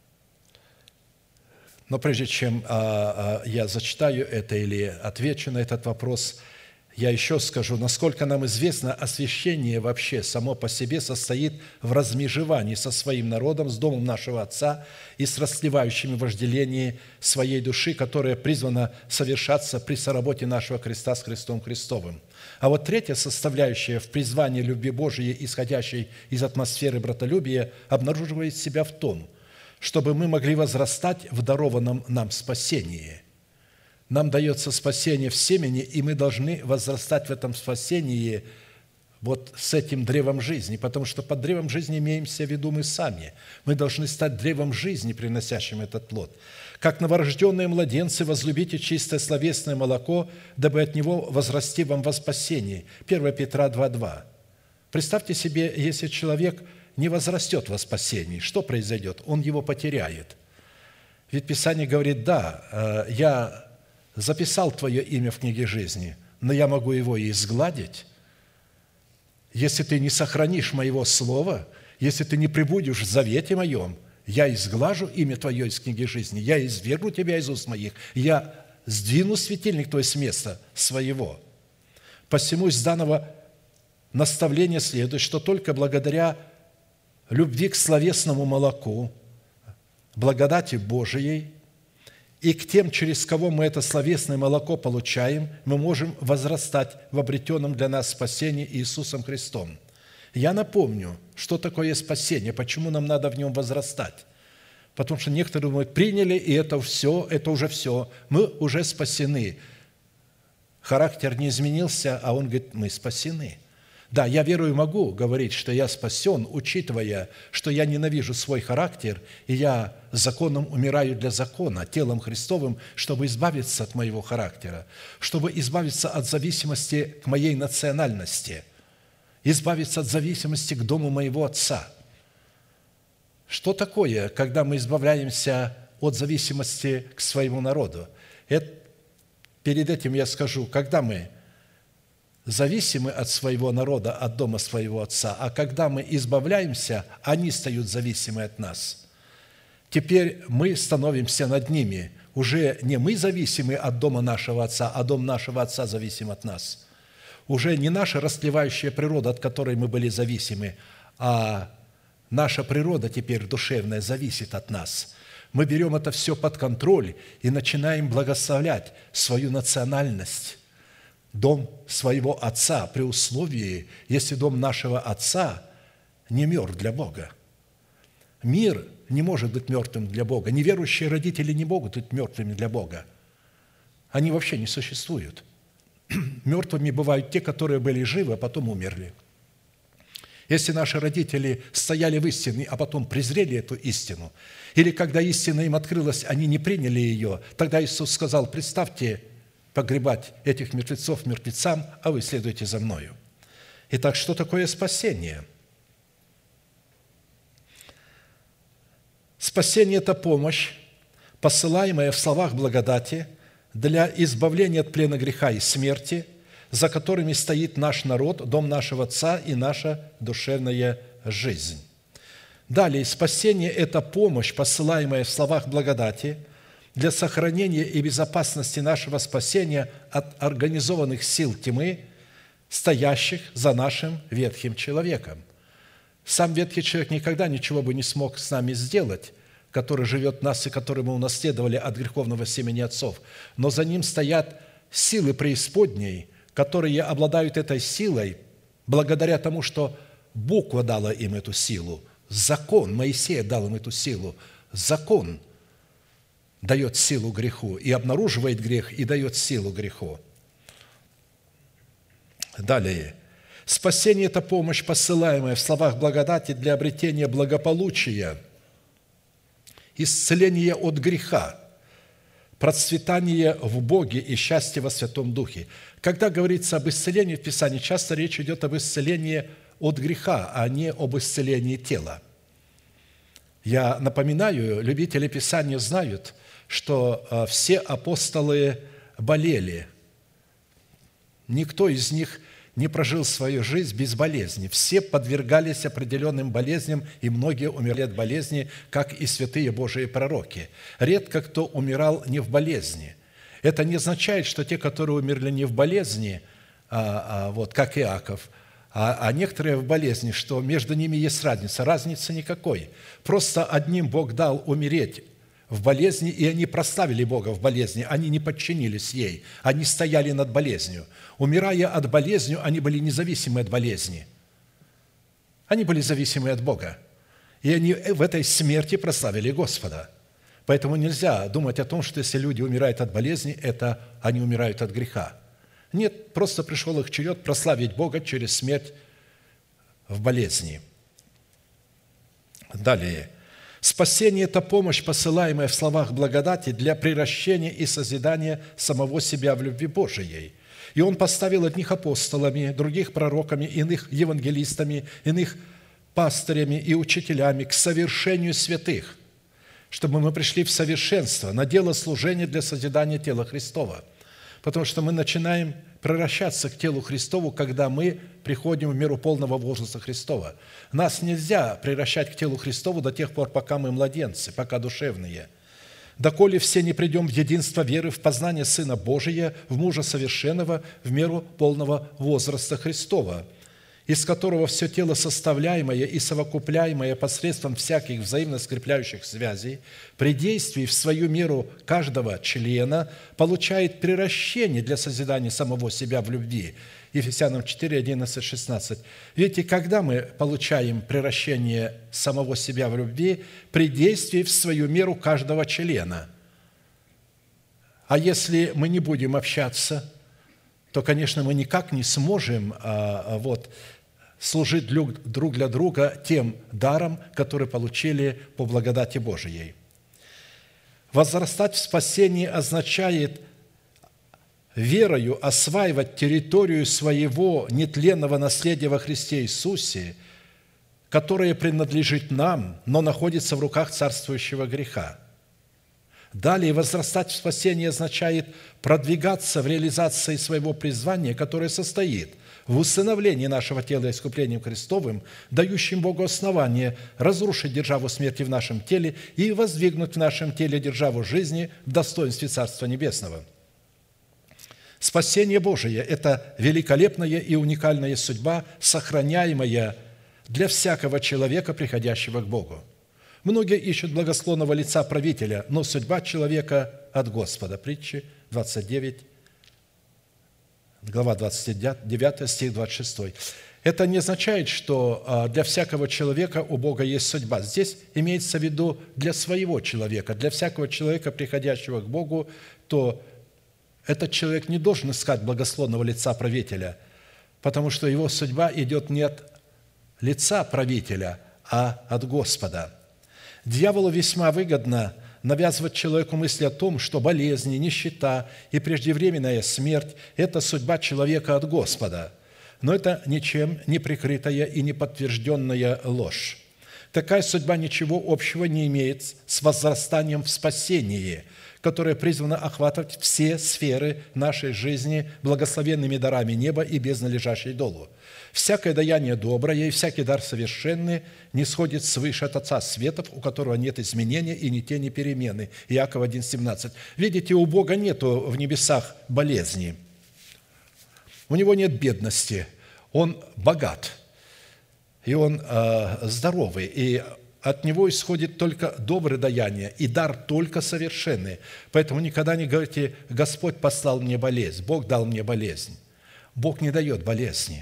но прежде чем я зачитаю это или отвечу на этот вопрос, я еще скажу, насколько нам известно, освящение вообще само по себе состоит в размежевании со своим народом, с домом нашего Отца и с расслевающими вожделениями своей души, которая призвана совершаться при соработе нашего креста с Христом Христовым. А вот третья составляющая в призвании любви Божией, исходящей из атмосферы братолюбия, обнаруживает себя в том, чтобы мы могли возрастать в дарованном нам спасении. Нам дается спасение в семени, и мы должны возрастать в этом спасении вот с этим древом жизни, потому что под древом жизни имеемся в виду мы сами. Мы должны стать древом жизни, приносящим этот плод. Как новорожденные младенцы, возлюбите чистое словесное молоко, дабы от него возрасти вам во спасении. 1 Петра 2,2. Представьте себе, если человек не возрастет во спасении, что произойдет? Он его потеряет. Ведь Писание говорит, да, я записал твое имя в книге жизни, но я могу его и изгладить. Если ты не сохранишь моего слова, если ты не пребудешь в завете моем, я изглажу имя твое из книги жизни, я извергну тебя из уст моих, я сдвину светильник твой с места своего. Посему из данного наставления следует, что только благодаря любви к словесному молоку, благодати Божией, и к тем, через кого мы это словесное молоко получаем, мы можем возрастать в обретенном для нас спасении Иисусом Христом. Я напомню, что такое спасение, почему нам надо в нем возрастать. Потому что некоторые мы приняли, и это все, это уже все. Мы уже спасены. Характер не изменился, а он говорит, мы спасены. Да, я верую, могу говорить, что я спасен, учитывая, что я ненавижу свой характер, и я законом умираю для закона, телом Христовым, чтобы избавиться от моего характера, чтобы избавиться от зависимости к моей национальности, избавиться от зависимости к дому моего Отца. Что такое, когда мы избавляемся от зависимости к своему народу? Это перед этим я скажу, когда мы зависимы от своего народа, от дома своего отца, а когда мы избавляемся, они стают зависимы от нас. Теперь мы становимся над ними. Уже не мы зависимы от дома нашего отца, а дом нашего отца зависим от нас. Уже не наша растлевающая природа, от которой мы были зависимы, а наша природа теперь душевная зависит от нас. Мы берем это все под контроль и начинаем благословлять свою национальность, дом своего Отца, при условии, если дом нашего Отца не мертв для Бога. Мир не может быть мертвым для Бога. Неверующие родители не могут быть мертвыми для Бога. Они вообще не существуют. Мертвыми бывают те, которые были живы, а потом умерли. Если наши родители стояли в истине, а потом презрели эту истину, или когда истина им открылась, они не приняли ее, тогда Иисус сказал: представьте погребать этих мертвецов мертвецам, а вы следуйте за Мною. Итак, что такое спасение? Спасение – это помощь, посылаемая в словах благодати для избавления от плена греха и смерти, за которыми стоит наш народ, дом нашего Отца и наша душевная жизнь. Далее, спасение – это помощь, посылаемая в словах благодати для сохранения и безопасности нашего спасения от организованных сил тьмы, стоящих за нашим ветхим человеком. Сам ветхий человек никогда ничего бы не смог с нами сделать, который живет в нас и который мы унаследовали от греховного семени отцов. Но за ним стоят силы преисподней, которые обладают этой силой благодаря тому, что буква дала им эту силу. Закон Моисея дал им эту силу. Закон дает силу греху и обнаруживает грех, и дает силу греху. Далее. Спасение – это помощь, посылаемая в словах благодати для обретения благополучия, исцеления от греха, процветания в Боге и счастья во Святом Духе. Когда говорится об исцелении в Писании, часто речь идет об исцелении от греха, а не об исцелении тела. Я напоминаю, любители Писания знают, что все апостолы болели. Никто из них не прожил свою жизнь без болезни. Все подвергались определенным болезням, и многие умерли от болезни, как и святые Божии пророки. Редко кто умирал не в болезни. Это не означает, что те, которые умерли не в болезни, как Иаков, а некоторые в болезни, что между ними есть разница. Разницы никакой. Просто одним Бог дал умереть в болезни, и они прославили Бога в болезни, они не подчинились ей, они стояли над болезнью. Умирая от болезни, они были независимы от болезни. Они были зависимы от Бога. И они в этой смерти прославили Господа. Поэтому нельзя думать о том, что если люди умирают от болезни, это они умирают от греха. Нет, просто пришел их черед прославить Бога через смерть в болезни. Далее. Спасение – это помощь, посылаемая в словах благодати для приращения и созидания самого себя в любви Божией. И Он поставил одних апостолами, других пророками, иных евангелистами, иных пастырями и учителями к совершению святых, чтобы мы пришли в совершенство, на дело служения для созидания тела Христова. Потому что мы начинаем превращаться к телу Христову, когда мы приходим в меру полного возраста Христова. Нас нельзя превращать к телу Христову до тех пор, пока мы младенцы, пока душевные. «Доколе все не придем в единство веры, в познание Сына Божия, в мужа совершенного, в меру полного возраста Христова, из которого все тело составляемое и совокупляемое посредством всяких взаимно скрепляющих связей, при действии в свою меру каждого члена получает приращение для созидания самого себя в любви». Ефесянам 4, 11, 16. Видите, когда мы получаем приращение самого себя в любви? При действии в свою меру каждого члена. А если мы не будем общаться, то, конечно, мы никак не сможем служить друг для друга тем даром, который получили по благодати Божией. Возрастать в спасении означает верою осваивать территорию своего нетленного наследия во Христе Иисусе, которое принадлежит нам, но находится в руках царствующего греха. Далее, возрастать в спасении означает продвигаться в реализации своего призвания, которое состоит в усыновлении нашего тела искуплением Христовым, дающим Богу основание разрушить державу смерти в нашем теле и воздвигнуть в нашем теле державу жизни в достоинстве Царства Небесного. Спасение Божие – это великолепная и уникальная судьба, сохраняемая для всякого человека, приходящего к Богу. Многие ищут благосклонного лица правителя, но судьба человека от Господа. Притчи 29, глава 29, стих 26. Это не означает, что для всякого человека у Бога есть судьба. Здесь имеется в виду для своего человека, для всякого человека, приходящего к Богу, то этот человек не должен искать благосклонного лица правителя, потому что его судьба идет не от лица правителя, а от Господа. Дьяволу весьма выгодно навязывать человеку мысли о том, что болезни, нищета и преждевременная смерть – это судьба человека от Господа. Но это ничем не прикрытая и не подтвержденная ложь. Такая судьба ничего общего не имеет с возрастанием в спасении, которое призвано охватывать все сферы нашей жизни благословенными дарами неба и безналежащей долу. Всякое даяние доброе и всякий дар совершенный не сходит свыше от Отца светов, у которого нет изменения и ни тени перемены. Иакова 1,17. Видите, у Бога нет в небесах болезни. У Него нет бедности. Он богат, и Он здоровый, и от Него исходит только доброе даяние, и дар только совершенный. Поэтому никогда не говорите: «Господь послал мне болезнь, Бог дал мне болезнь». Бог не дает болезни.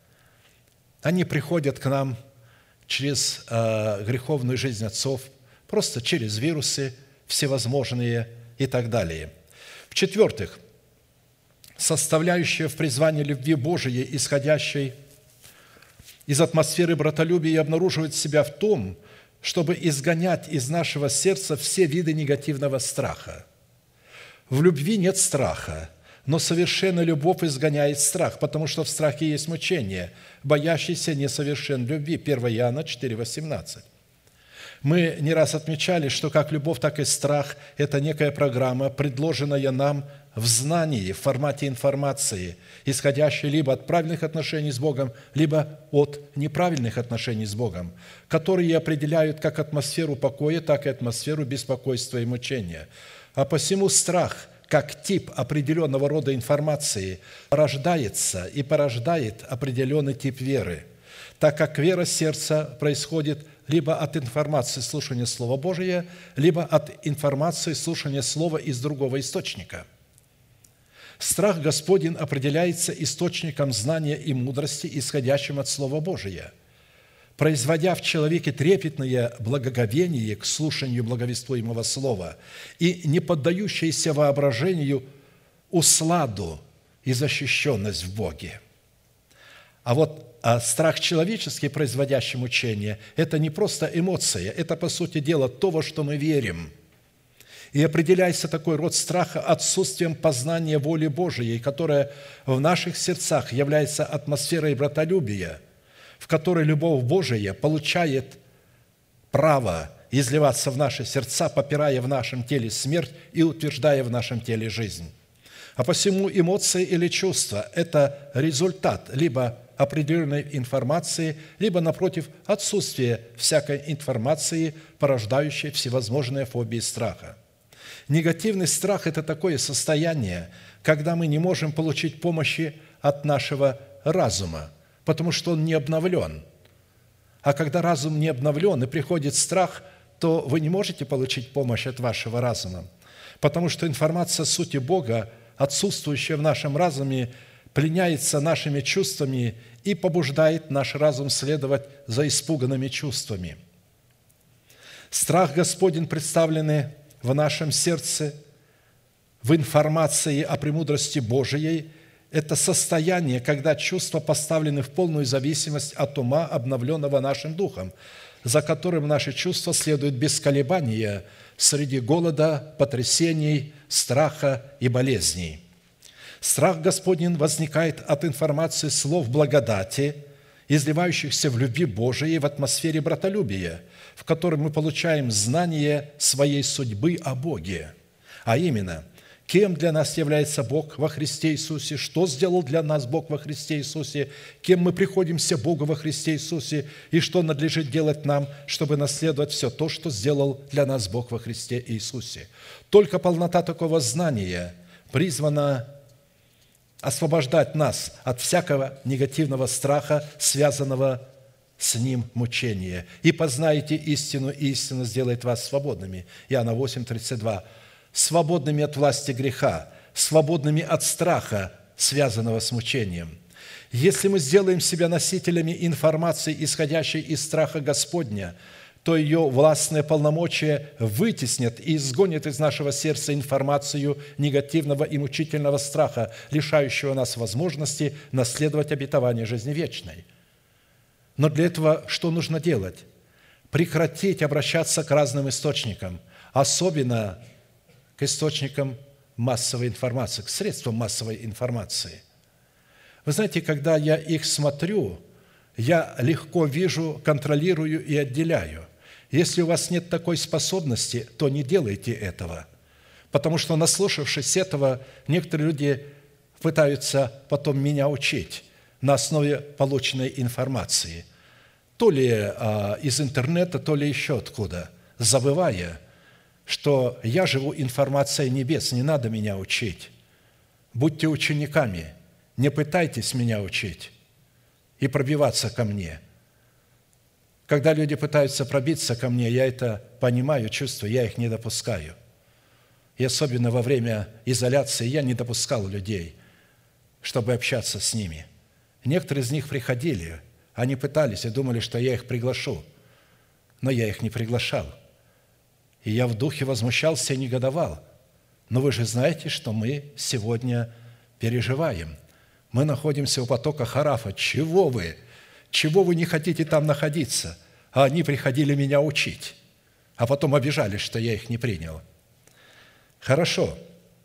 Они приходят к нам через греховную жизнь отцов, просто через вирусы всевозможные и так далее. В-четвертых, составляющая в призвании любви Божией, исходящей из атмосферы братолюбия, обнаруживает себя в том, чтобы изгонять из нашего сердца все виды негативного страха. В любви нет страха, но совершенная любовь изгоняет страх, потому что в страхе есть мучение. Боящийся несовершен в любви. 1 Иоанна 4,18. Мы не раз отмечали, что как любовь, так и страх – это некая программа, предложенная нам в знании, в формате информации, исходящей либо от правильных отношений с Богом, либо от неправильных отношений с Богом, которые определяют как атмосферу покоя, так и атмосферу беспокойства и мучения. А посему страх – как тип определенного рода информации рождается и порождает определенный тип веры, так как вера сердца происходит либо от информации слушания Слова Божия, либо от информации слушания Слова из другого источника. Страх Господень определяется источником знания и мудрости, исходящим от Слова Божия, производя в человеке трепетное благоговение к слушанию благовествуемого Слова и не поддающееся воображению усладу и защищенность в Боге. А вот страх человеческий, производящий мучение, это не просто эмоция, это, по сути дела, то, во что мы верим. И определяется такой род страха отсутствием познания воли Божией, которая в наших сердцах является атмосферой братолюбия, в которой любовь Божия получает право изливаться в наши сердца, попирая в нашем теле смерть и утверждая в нашем теле жизнь. А посему эмоции или чувства – это результат либо определенной информации, либо, напротив, отсутствие всякой информации, порождающей всевозможные фобии страха. Негативный страх – это такое состояние, когда мы не можем получить помощи от нашего разума, потому что он не обновлен. А когда разум не обновлен и приходит страх, то вы не можете получить помощь от вашего разума, потому что информация о сути Бога, отсутствующая в нашем разуме, пленяется нашими чувствами и побуждает наш разум следовать за испуганными чувствами. Страх Господень, представленный в нашем сердце, в информации о премудрости Божией, это состояние, когда чувства поставлены в полную зависимость от ума, обновленного нашим духом, за которым наши чувства следуют без колебания среди голода, потрясений, страха и болезней. Страх Господень возникает от информации слов благодати, изливающихся в любви Божией в атмосфере братолюбия, в которой мы получаем знание своей судьбы о Боге, а именно, кем для нас является Бог во Христе Иисусе, что сделал для нас Бог во Христе Иисусе, кем мы приходимся Богу во Христе Иисусе и что надлежит делать нам, чтобы наследовать все то, что сделал для нас Бог во Христе Иисусе. Только полнота такого знания призвана освобождать нас от всякого негативного страха, связанного с ним мучения. «И познаете истину, и истина сделает вас свободными». Иоанна 8:32. Свободными от власти греха, свободными от страха, связанного с мучением. Если мы сделаем себя носителями информации, исходящей из страха Господня, то ее властное полномочие вытеснит и изгонит из нашего сердца информацию негативного и мучительного страха, лишающего нас возможности наследовать обетование жизни вечной. Но для этого что нужно делать? Прекратить обращаться к разным источникам, особенно к источникам массовой информации, к средствам массовой информации. Вы знаете, когда я их смотрю, я легко вижу, контролирую и отделяю. Если у вас нет такой способности, то не делайте этого, потому что, наслушавшись этого, некоторые люди пытаются потом меня учить на основе полученной информации, то ли из интернета, то ли еще откуда, забывая, что я живу информацией небес, не надо меня учить. Будьте учениками, не пытайтесь меня учить и пробиваться ко мне. Когда люди пытаются пробиться ко мне, я это понимаю, чувствую, я их не допускаю. И особенно во время изоляции я не допускал людей, чтобы общаться с ними. Некоторые из них приходили, они пытались и думали, что я их приглашу, но я их не приглашал. И я в духе возмущался и негодовал. Но вы же знаете, что мы сегодня переживаем. Мы находимся у потока Харафа. Чего вы? Чего вы не хотите там находиться? А они приходили меня учить, а потом обижались, что я их не принял. Хорошо.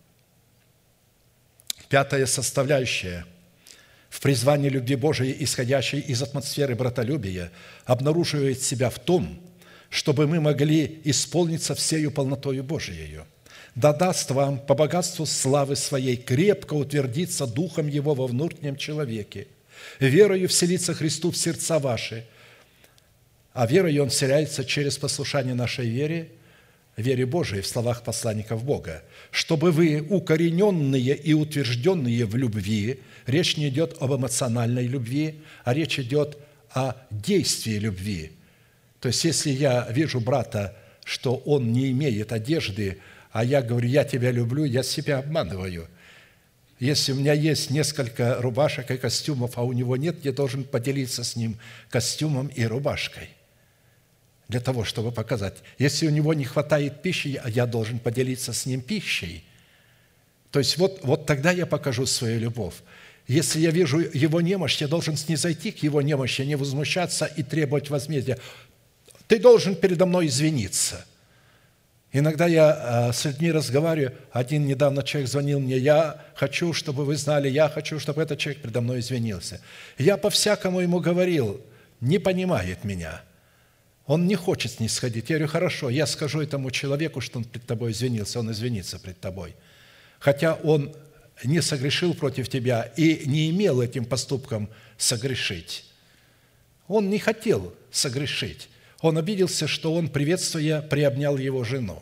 Пятая составляющая в призвании любви Божией, исходящей из атмосферы братолюбия, обнаруживает себя в том, чтобы мы могли исполниться всею полнотою Божией. Да даст вам по богатству славы Своей крепко утвердиться Духом Его во внутреннем человеке, верою вселиться Христу в сердца ваши, а верою Он вселяется через послушание нашей вере Божией в словах посланников Бога, чтобы вы, укорененные и утвержденные в любви, речь не идет об эмоциональной любви, а речь идет о действии любви. То есть, если я вижу брата, что он не имеет одежды, а я говорю, я тебя люблю, я себя обманываю. Если у меня есть несколько рубашек и костюмов, а у него нет, я должен поделиться с ним костюмом и рубашкой для того, чтобы показать. Если у него не хватает пищи, я должен поделиться с ним пищей. То есть вот тогда я покажу свою любовь. Если я вижу его немощь, я должен снизойти к его немощи, не возмущаться и требовать возмездия. Ты должен передо мной извиниться. Иногда я с людьми разговариваю. Один недавно человек звонил мне, я хочу, чтобы вы знали, я хочу, чтобы этот человек передо мной извинился. Я по-всякому ему говорил, не понимает меня. Он не хочет снисходить. Я говорю, хорошо, я скажу этому человеку, что он пред тобой извинился, он извинится пред тобой. Хотя он не согрешил против тебя и не имел этим поступком согрешить. Он не хотел согрешить. Он обиделся, что он, приветствуя, приобнял его жену.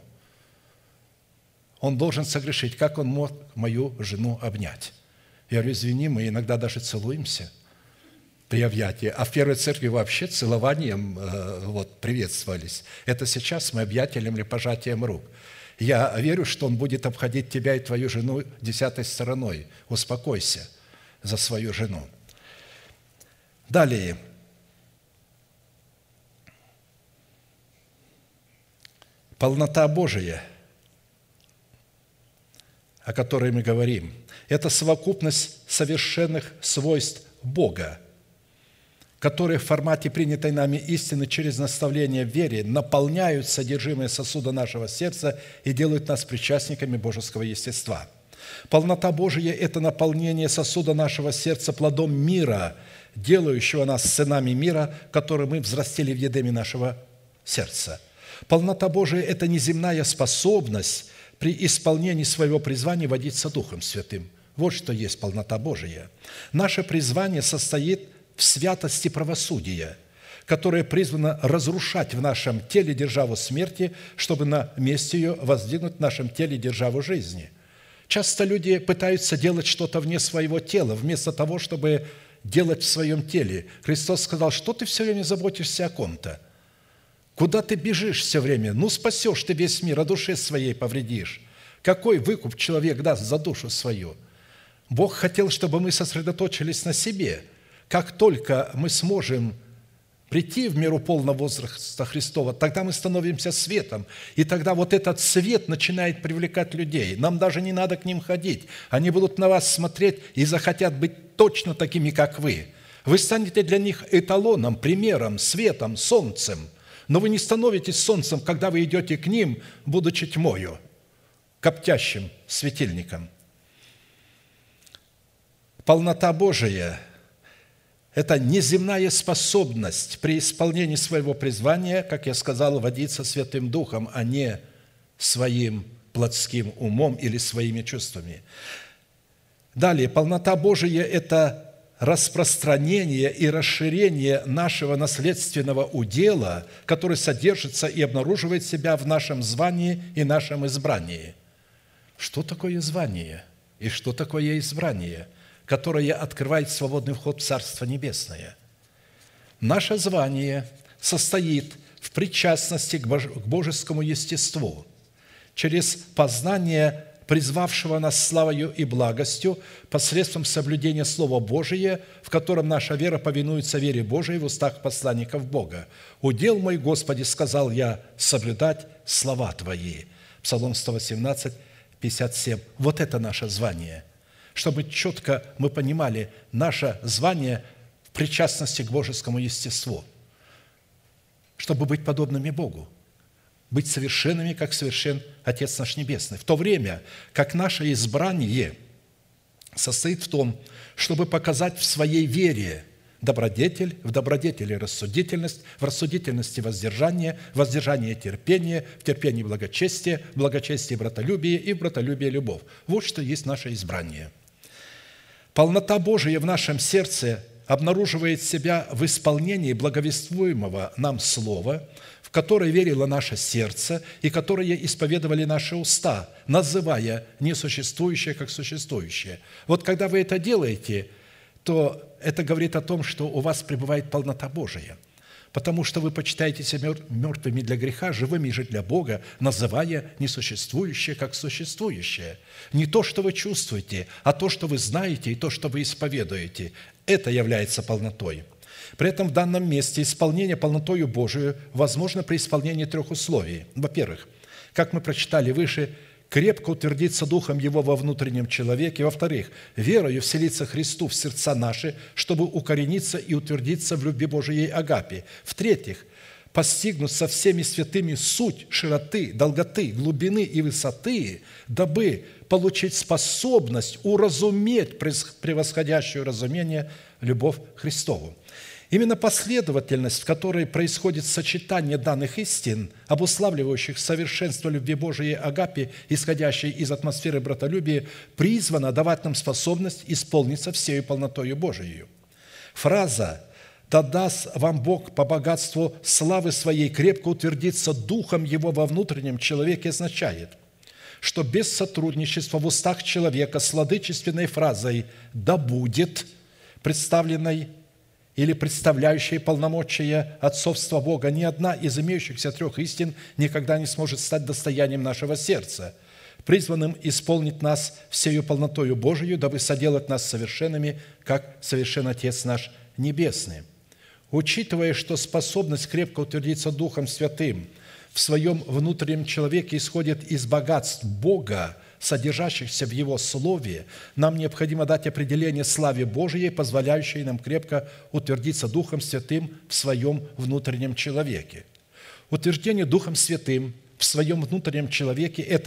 Он должен согрешить. Как он мог мою жену обнять? Я говорю, извини, мы иногда даже целуемся при объятии. А в первой церкви вообще целованием приветствовались. Это сейчас мы объятием или пожатием рук. Я верю, что он будет обходить тебя и твою жену 10-й стороной. Успокойся за свою жену. Далее. Полнота Божия, о которой мы говорим, это совокупность совершенных свойств Бога, которые в формате принятой нами истины через наставление в вере наполняют содержимое сосуда нашего сердца и делают нас причастниками божеского естества. Полнота Божия – это наполнение сосуда нашего сердца плодом мира, делающего нас сынами мира, который мы взрастили в едеме нашего сердца. Полнота Божия – это неземная способность при исполнении своего призвания водиться Духом Святым. Вот что есть полнота Божия. Наше призвание состоит в святости правосудия, которое призвано разрушать в нашем теле державу смерти, чтобы на месте ее воздвигнуть в нашем теле державу жизни. Часто люди пытаются делать что-то вне своего тела, вместо того, чтобы делать в своем теле. Христос сказал: что ты все время заботишься о ком-то? Куда ты бежишь все время? Ну, спасешь ты весь мир, а душе своей повредишь. Какой выкуп человек даст за душу свою? Бог хотел, чтобы мы сосредоточились на себе. Как только мы сможем прийти в меру полного возраста Христова, тогда мы становимся светом. И тогда вот этот свет начинает привлекать людей. Нам даже не надо к ним ходить. Они будут на вас смотреть и захотят быть точно такими, как вы. Вы станете для них эталоном, примером, светом, солнцем. Но вы не становитесь солнцем, когда вы идете к ним, будучи тьмою, коптящим светильником. Полнота Божия – это неземная способность при исполнении своего призвания, как я сказал, водиться Святым Духом, а не своим плотским умом или своими чувствами. Далее, полнота Божия – это распространение и расширение нашего наследственного удела, который содержится и обнаруживает себя в нашем звании и нашем избрании. Что такое звание и что такое избрание, которое открывает свободный вход в Царство Небесное? Наше звание состоит в причастности к божескому естеству через познание призвавшего нас славою и благостью посредством соблюдения Слова Божия, в котором наша вера повинуется вере Божией в устах посланников Бога. «Удел мой, Господи, сказал я, соблюдать слова Твои». Псалом 118, 57. Вот это наше звание. Чтобы четко мы понимали наше звание в причастности к божескому естеству, чтобы быть подобными Богу, быть совершенными, как совершен Отец наш Небесный. В то время, как наше избрание состоит в том, чтобы показать в своей вере добродетель, в добродетели рассудительность, в рассудительности воздержание, в воздержании терпение, в терпении благочестие, в благочестии братолюбие и в братолюбии любовь. Вот что есть наше избрание. Полнота Божия в нашем сердце обнаруживает себя в исполнении благовествуемого нам слова, в которое верило наше сердце и которое исповедовали наши уста, называя несуществующее как существующее. Вот когда вы это делаете, то это говорит о том, что у вас пребывает полнота Божия, потому что вы почитаете себя мертвыми для греха, живыми же для Бога, называя несуществующее как существующее. Не то, что вы чувствуете, а то, что вы знаете и то, что вы исповедуете. Это является полнотой. При этом в данном месте исполнение полнотою Божию возможно при исполнении трех условий. Во-первых, как мы прочитали выше, крепко утвердиться Духом Его во внутреннем человеке. Во-вторых, верою вселиться Христу в сердца наши, чтобы укорениться и утвердиться в любви Божией агапе. В-третьих, постигнуть со всеми святыми суть широты, долготы, глубины и высоты, дабы получить способность уразуметь превосходящую разумение любовь Христову. Именно последовательность, в которой происходит сочетание данных истин, обуславливающих совершенство любви Божией агапе, исходящей из атмосферы братолюбия, призвана давать нам способность исполниться всею полнотою Божией. Фраза «Да даст вам Бог по богатству славы Своей крепко утвердиться Духом Его во внутреннем человеке» означает, что без сотрудничества в устах человека с владычественной фразой «да будет», представленной или представляющей полномочия отцовства Бога, ни одна из имеющихся трех истин никогда не сможет стать достоянием нашего сердца, призванным исполнить нас всею полнотою Божию, дабы соделать нас совершенными, как совершен Отец наш Небесный. Учитывая, что способность крепко утвердиться Духом Святым в своем внутреннем человеке исходит из богатств Бога, содержащихся в Его Слове, нам необходимо дать определение славе Божией, позволяющей нам крепко утвердиться Духом Святым в своем внутреннем человеке. Утверждение Духом Святым в своем внутреннем человеке – это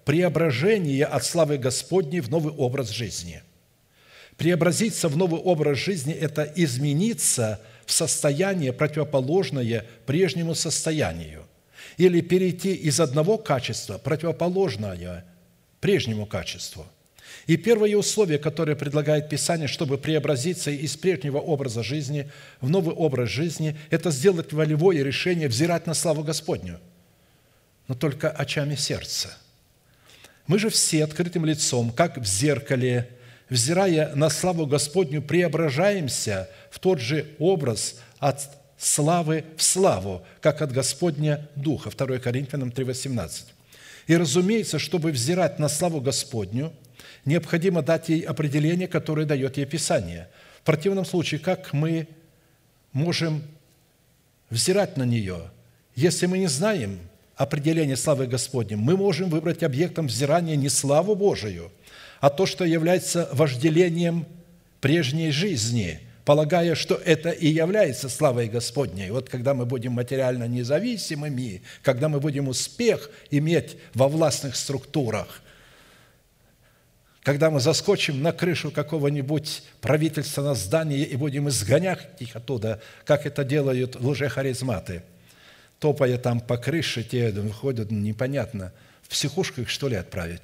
преображение от славы Господней в новый образ жизни. Преобразиться в новый образ жизни – это измениться в состояние, противоположное прежнему состоянию, или перейти из одного качества, противоположное прежнему качеству. И первое условие, которое предлагает Писание, чтобы преобразиться из прежнего образа жизни в новый образ жизни, это сделать волевое решение взирать на славу Господню, но только очами сердца. Мы же все открытым лицом, как в зеркале, взирая на славу Господню, преображаемся в тот же образ от славы в славу, как от Господня Духа. 2 Коринфянам 3,18. И, разумеется, чтобы взирать на славу Господню, необходимо дать ей определение, которое дает ей Писание. В противном случае, как мы можем взирать на нее, если мы не знаем определение славы Господней? Мы можем выбрать объектом взирания не славу Божию, а то, что является вожделением прежней жизни, полагая, что это и является славой Господней. Вот когда мы будем материально независимыми, когда мы будем успех иметь во властных структурах, когда мы заскочим на крышу какого-нибудь правительственного здания и будем изгонять их оттуда, как это делают лжехаризматы, топая там по крыше, те выходят, непонятно, в психушку их, что ли, отправить.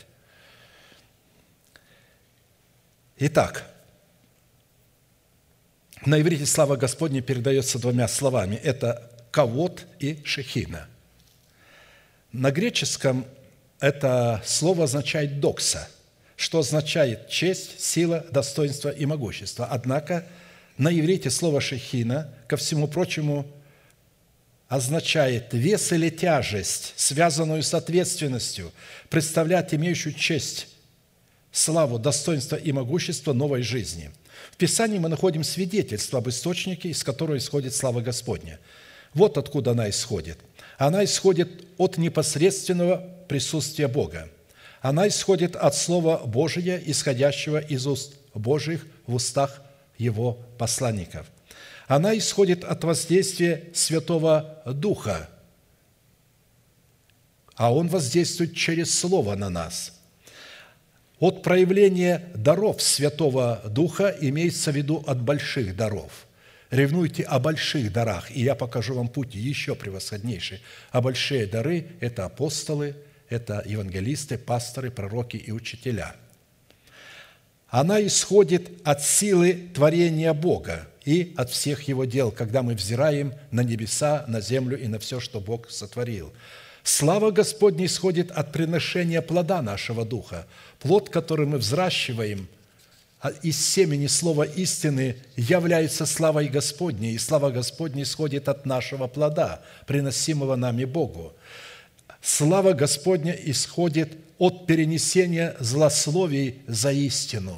Итак, на иврите слава Господня передается двумя словами. Это «кавод» и «шехина». На греческом это слово означает «докса», что означает честь, сила, достоинство и могущество. Однако на иврите слово «шехина», ко всему прочему, означает вес или тяжесть, связанную с ответственностью, представлять имеющую честь, славу, достоинство и могущество новой жизни. В Писании мы находим свидетельство об источнике, из которого исходит слава Господня. Вот откуда она исходит. Она исходит от непосредственного присутствия Бога. Она исходит от Слова Божия, исходящего из уст Божьих в устах Его посланников. Она исходит от воздействия Святого Духа, а Он воздействует через Слово на нас. От проявления даров Святого Духа имеется в виду от больших даров. Ревнуйте о больших дарах, и я покажу вам путь еще превосходнейший. А большие дары – это апостолы, это евангелисты, пасторы, пророки и учителя. Она исходит от силы творения Бога и от всех Его дел, когда мы взираем на небеса, на землю и на все, что Бог сотворил. Слава Господня исходит от приношения плода нашего Духа. Плод, который мы взращиваем из семени слова истины, является славой Господней, и слава Господня исходит от нашего плода, приносимого нами Богу. Слава Господня исходит от перенесения злословий за истину.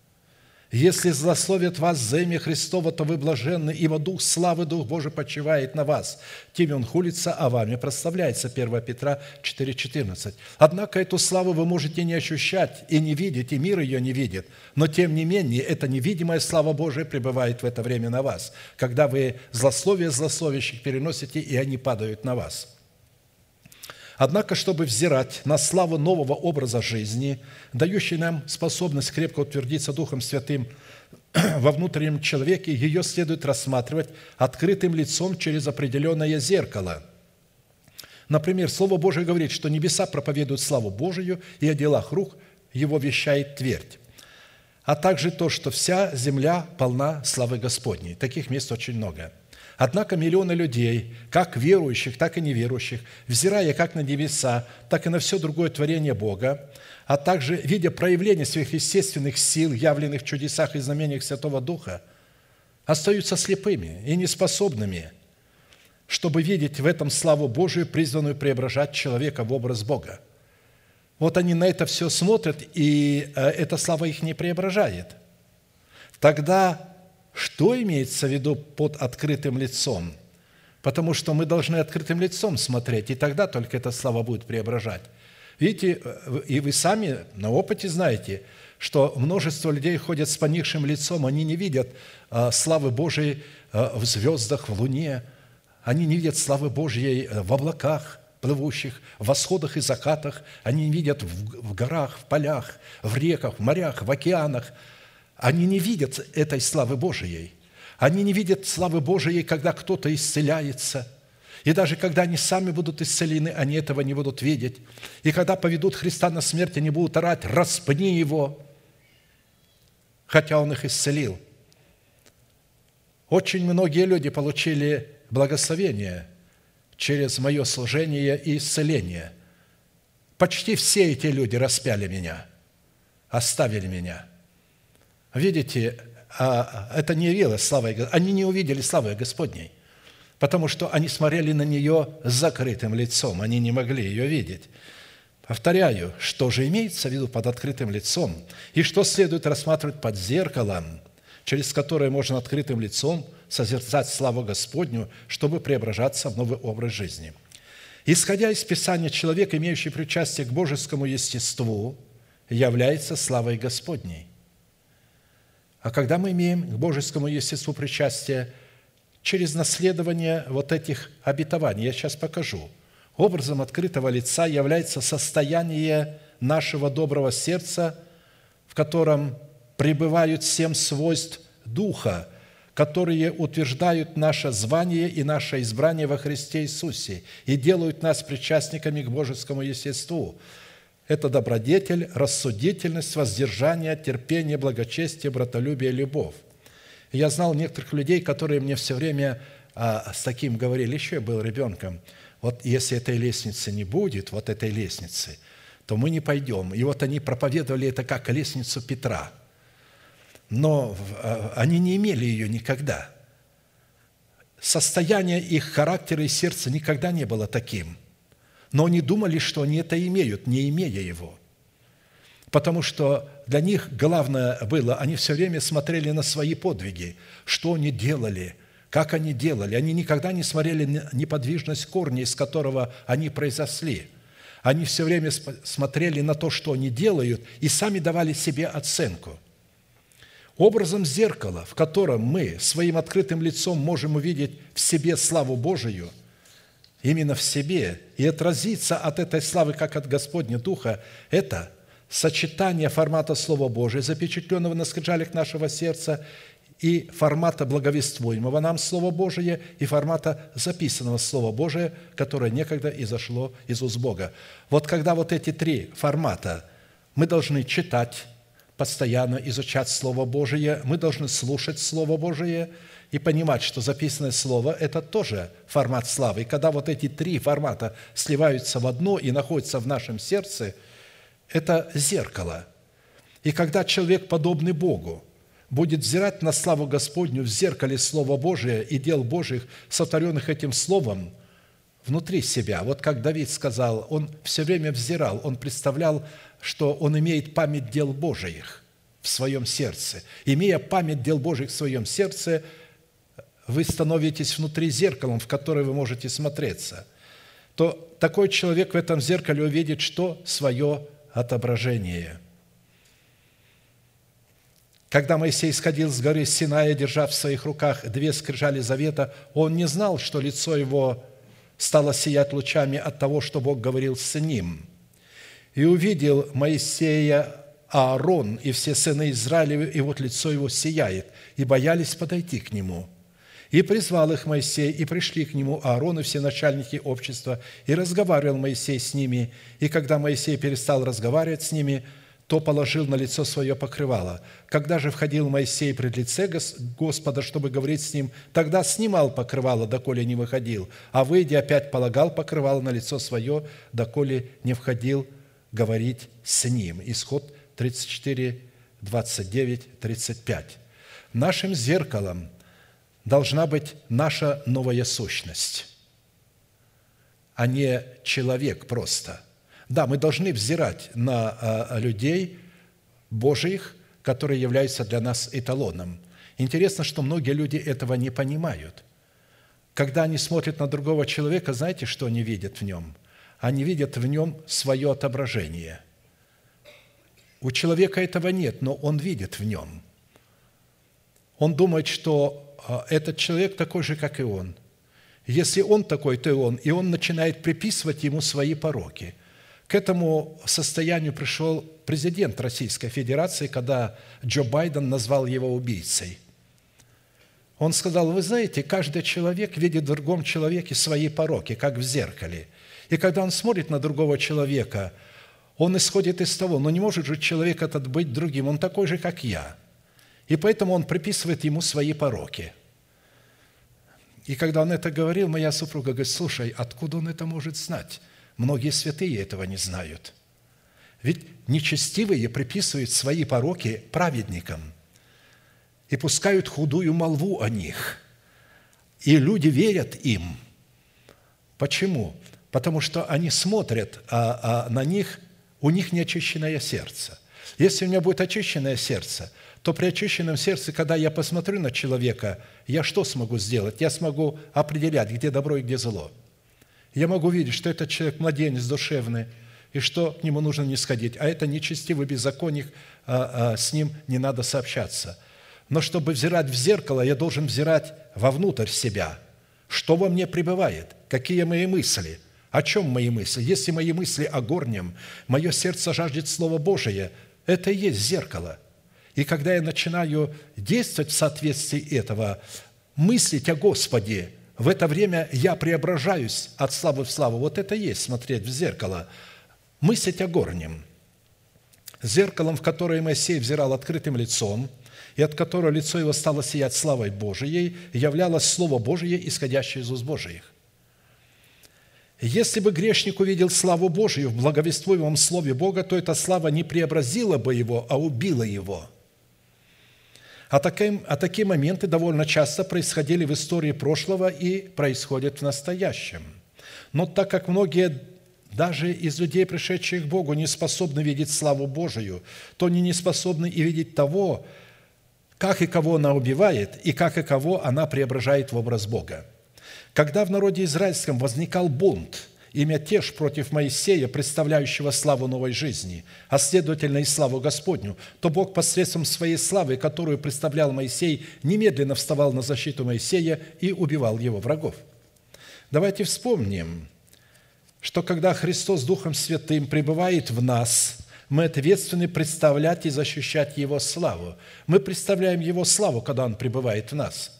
Если злословят вас за имя Христово, то вы блаженны, ибо Дух славы, Дух Божий почивает на вас. Тем Он хулится, а вами прославляется. 1 Петра 4,14. Однако эту славу вы можете не ощущать и не видеть, и мир ее не видит. Но тем не менее, эта невидимая слава Божия пребывает в это время на вас, когда вы злословие злословящих переносите, и они падают на вас. Однако, чтобы взирать на славу нового образа жизни, дающий нам способность крепко утвердиться Духом Святым во внутреннем человеке, ее следует рассматривать открытым лицом через определенное зеркало. Например, Слово Божие говорит, что небеса проповедуют славу Божию, и о делах рук Его вещает твердь. А также то, что вся земля полна славы Господней. Таких мест очень много. Однако миллионы людей, как верующих, так и неверующих, взирая как на небеса, так и на все другое творение Бога, а также видя проявление сверхъестественных сил, явленных в чудесах и знамениях Святого Духа, остаются слепыми и неспособными, чтобы видеть в этом славу Божию, призванную преображать человека в образ Бога. Вот они на это все смотрят, и эта слава их не преображает. Тогда что имеется в виду под открытым лицом? Потому что мы должны открытым лицом смотреть, и тогда только эта слава будет преображать. Видите, и вы сами на опыте знаете, что множество людей ходят с поникшим лицом, они не видят славы Божией в звездах, в луне, они не видят славы Божьей в облаках, плывущих, в восходах и закатах. Они видят в горах, в полях, в реках, в морях, в океанах. Они не видят этой славы Божией. Они не видят славы Божией, когда кто-то исцеляется. И даже когда они сами будут исцелены, они этого не будут видеть. И когда поведут Христа на смерть, они будут орать: «Распни Его!» Хотя Он их исцелил. Очень многие люди получили благословение через мое служение и исцеление. Почти все эти люди распяли меня, оставили меня. Видите, это не явилось славой Господней. Они не увидели славы Господней, потому что они смотрели на нее с закрытым лицом, они не могли ее видеть. Повторяю, что же имеется в виду под открытым лицом, и что следует рассматривать под зеркалом, через которое можно открытым лицом созерцать славу Господню, чтобы преображаться в новый образ жизни. Исходя из Писания, человек, имеющий причастие к божескому естеству, является славой Господней. А когда мы имеем к божескому естеству причастие через наследование вот этих обетований, я сейчас покажу, образом открытого лица является состояние нашего доброго сердца, в котором пребывают 7 свойств Духа, которые утверждают наше звание и наше избрание во Христе Иисусе и делают нас причастниками к божескому естеству. Это добродетель, рассудительность, воздержание, терпение, благочестие, братолюбие, любовь. Я знал некоторых людей, которые мне все время с таким говорили, еще я был ребенком: вот если этой лестницы не будет, вот этой лестницы, то мы не пойдем. И вот они проповедовали это как лестницу Петра. Но они не имели ее никогда. Состояние их характера и сердца никогда не было таким. Но они думали, что они это имеют, не имея его. Потому что для них главное было, они все время смотрели на свои подвиги, что они делали, как они делали. Они никогда не смотрели на неподвижность корня, из которого они произошли. Они все время смотрели на то, что они делают, и сами давали себе оценку. Образом зеркала, в котором мы своим открытым лицом можем увидеть в себе славу Божию, именно в себе, и отразиться от этой славы, как от Господня Духа, это сочетание формата Слова Божия, запечатленного на скрижалях нашего сердца, и формата благовествуемого нам Слова Божия, и формата записанного Слова Божия, которое некогда изошло из уст Бога. Вот когда вот эти 3 формата мы должны читать, постоянно изучать Слово Божие, мы должны слушать Слово Божие и понимать, что записанное Слово – это тоже формат славы. И когда вот эти 3 формата сливаются в одно и находятся в нашем сердце, это зеркало. И когда человек, подобный Богу, будет взирать на славу Господню в зеркале Слова Божия и дел Божьих, сотворенных этим Словом, внутри себя, вот как Давид сказал, он все время взирал, он представлял, что он имеет память дел Божиих в своем сердце. Имея память дел Божиих в своем сердце, вы становитесь внутри зеркалом, в которое вы можете смотреться. То такой человек в этом зеркале увидит, что? Свое отображение. Когда Моисей сходил с горы Синая, держа в своих руках 2 скрижали завета, он не знал, что лицо его стало сиять лучами от того, что Бог говорил с ним. И увидел Моисея Аарон и все сыны Израилевы, и вот лицо его сияет, и боялись подойти к нему. И призвал их Моисей, и пришли к нему Аарон и все начальники общества, и разговаривал Моисей с ними. И когда Моисей перестал разговаривать с ними, то положил на лицо свое покрывало. Когда же входил Моисей пред лице Господа, чтобы говорить с ним, тогда снимал покрывало, доколе не выходил, а выйдя опять полагал покрывало на лицо свое, доколе не входил говорить с ним. Исход 34, 29, 35. Нашим зеркалом должна быть наша новая сущность, а не человек просто. Да, мы должны взирать на людей Божиих, которые являются для нас эталоном. Интересно, что многие люди этого не понимают. Когда они смотрят на другого человека, знаете, что они видят в нем? Они видят в нем свое отображение. У человека этого нет, но он видит в нем. Он думает, что этот человек такой же, как и он. Если он такой, то и он. И он начинает приписывать ему свои пороки. К этому состоянию пришел президент Российской Федерации, когда Джо Байден назвал его убийцей. Он сказал: вы знаете, каждый человек видит в другом человеке свои пороки, как в зеркале. И когда он смотрит на другого человека, он исходит из того, но не может же человек этот быть другим, он такой же, как я. И поэтому он приписывает ему свои пороки. И когда он это говорил, моя супруга говорит: слушай, откуда он это может знать? Многие святые этого не знают. Ведь нечестивые приписывают свои пороки праведникам и пускают худую молву о них. И люди верят им. Почему? Потому что они смотрят на них, у них неочищенное сердце. Если у меня будет очищенное сердце, то при очищенном сердце, когда я посмотрю на человека, я что смогу сделать? Я смогу определять, где добро и где зло. Я могу видеть, что этот человек младенец душевный, и что к нему нужно не сходить, а это нечестивый беззаконник, с ним не надо сообщаться. Но чтобы взирать в зеркало, я должен взирать вовнутрь себя. Что во мне пребывает? Какие мои мысли? О чем мои мысли? Если мои мысли о горнем, мое сердце жаждет Слова Божия, это и есть зеркало. И когда я начинаю действовать в соответствии этого, мыслить о Господе, в это время я преображаюсь от славы в славу. Вот это и есть смотреть в зеркало. Мыслить о горнем. Зеркалом, в которое Моисей взирал открытым лицом, и от которого лицо его стало сиять славой Божией, являлось Слово Божие, исходящее из уст Божиих. Если бы грешник увидел славу Божию в благовествуемом Слове Бога, то эта слава не преобразила бы его, а убила его. А такие моменты довольно часто происходили в истории прошлого и происходят в настоящем. Но так как многие даже из людей, пришедших к Богу, не способны видеть славу Божию, то они не способны и видеть того, как и кого она убивает, и как и кого она преображает в образ Бога. Когда в народе израильском возникал бунт и мятеж против Моисея, представляющего славу новой жизни, а следовательно и славу Господню, то Бог посредством своей славы, которую представлял Моисей, немедленно вставал на защиту Моисея и убивал его врагов. Давайте вспомним, что когда Христос Духом Святым пребывает в нас, мы ответственны представлять и защищать Его славу. Мы представляем Его славу, когда Он пребывает в нас.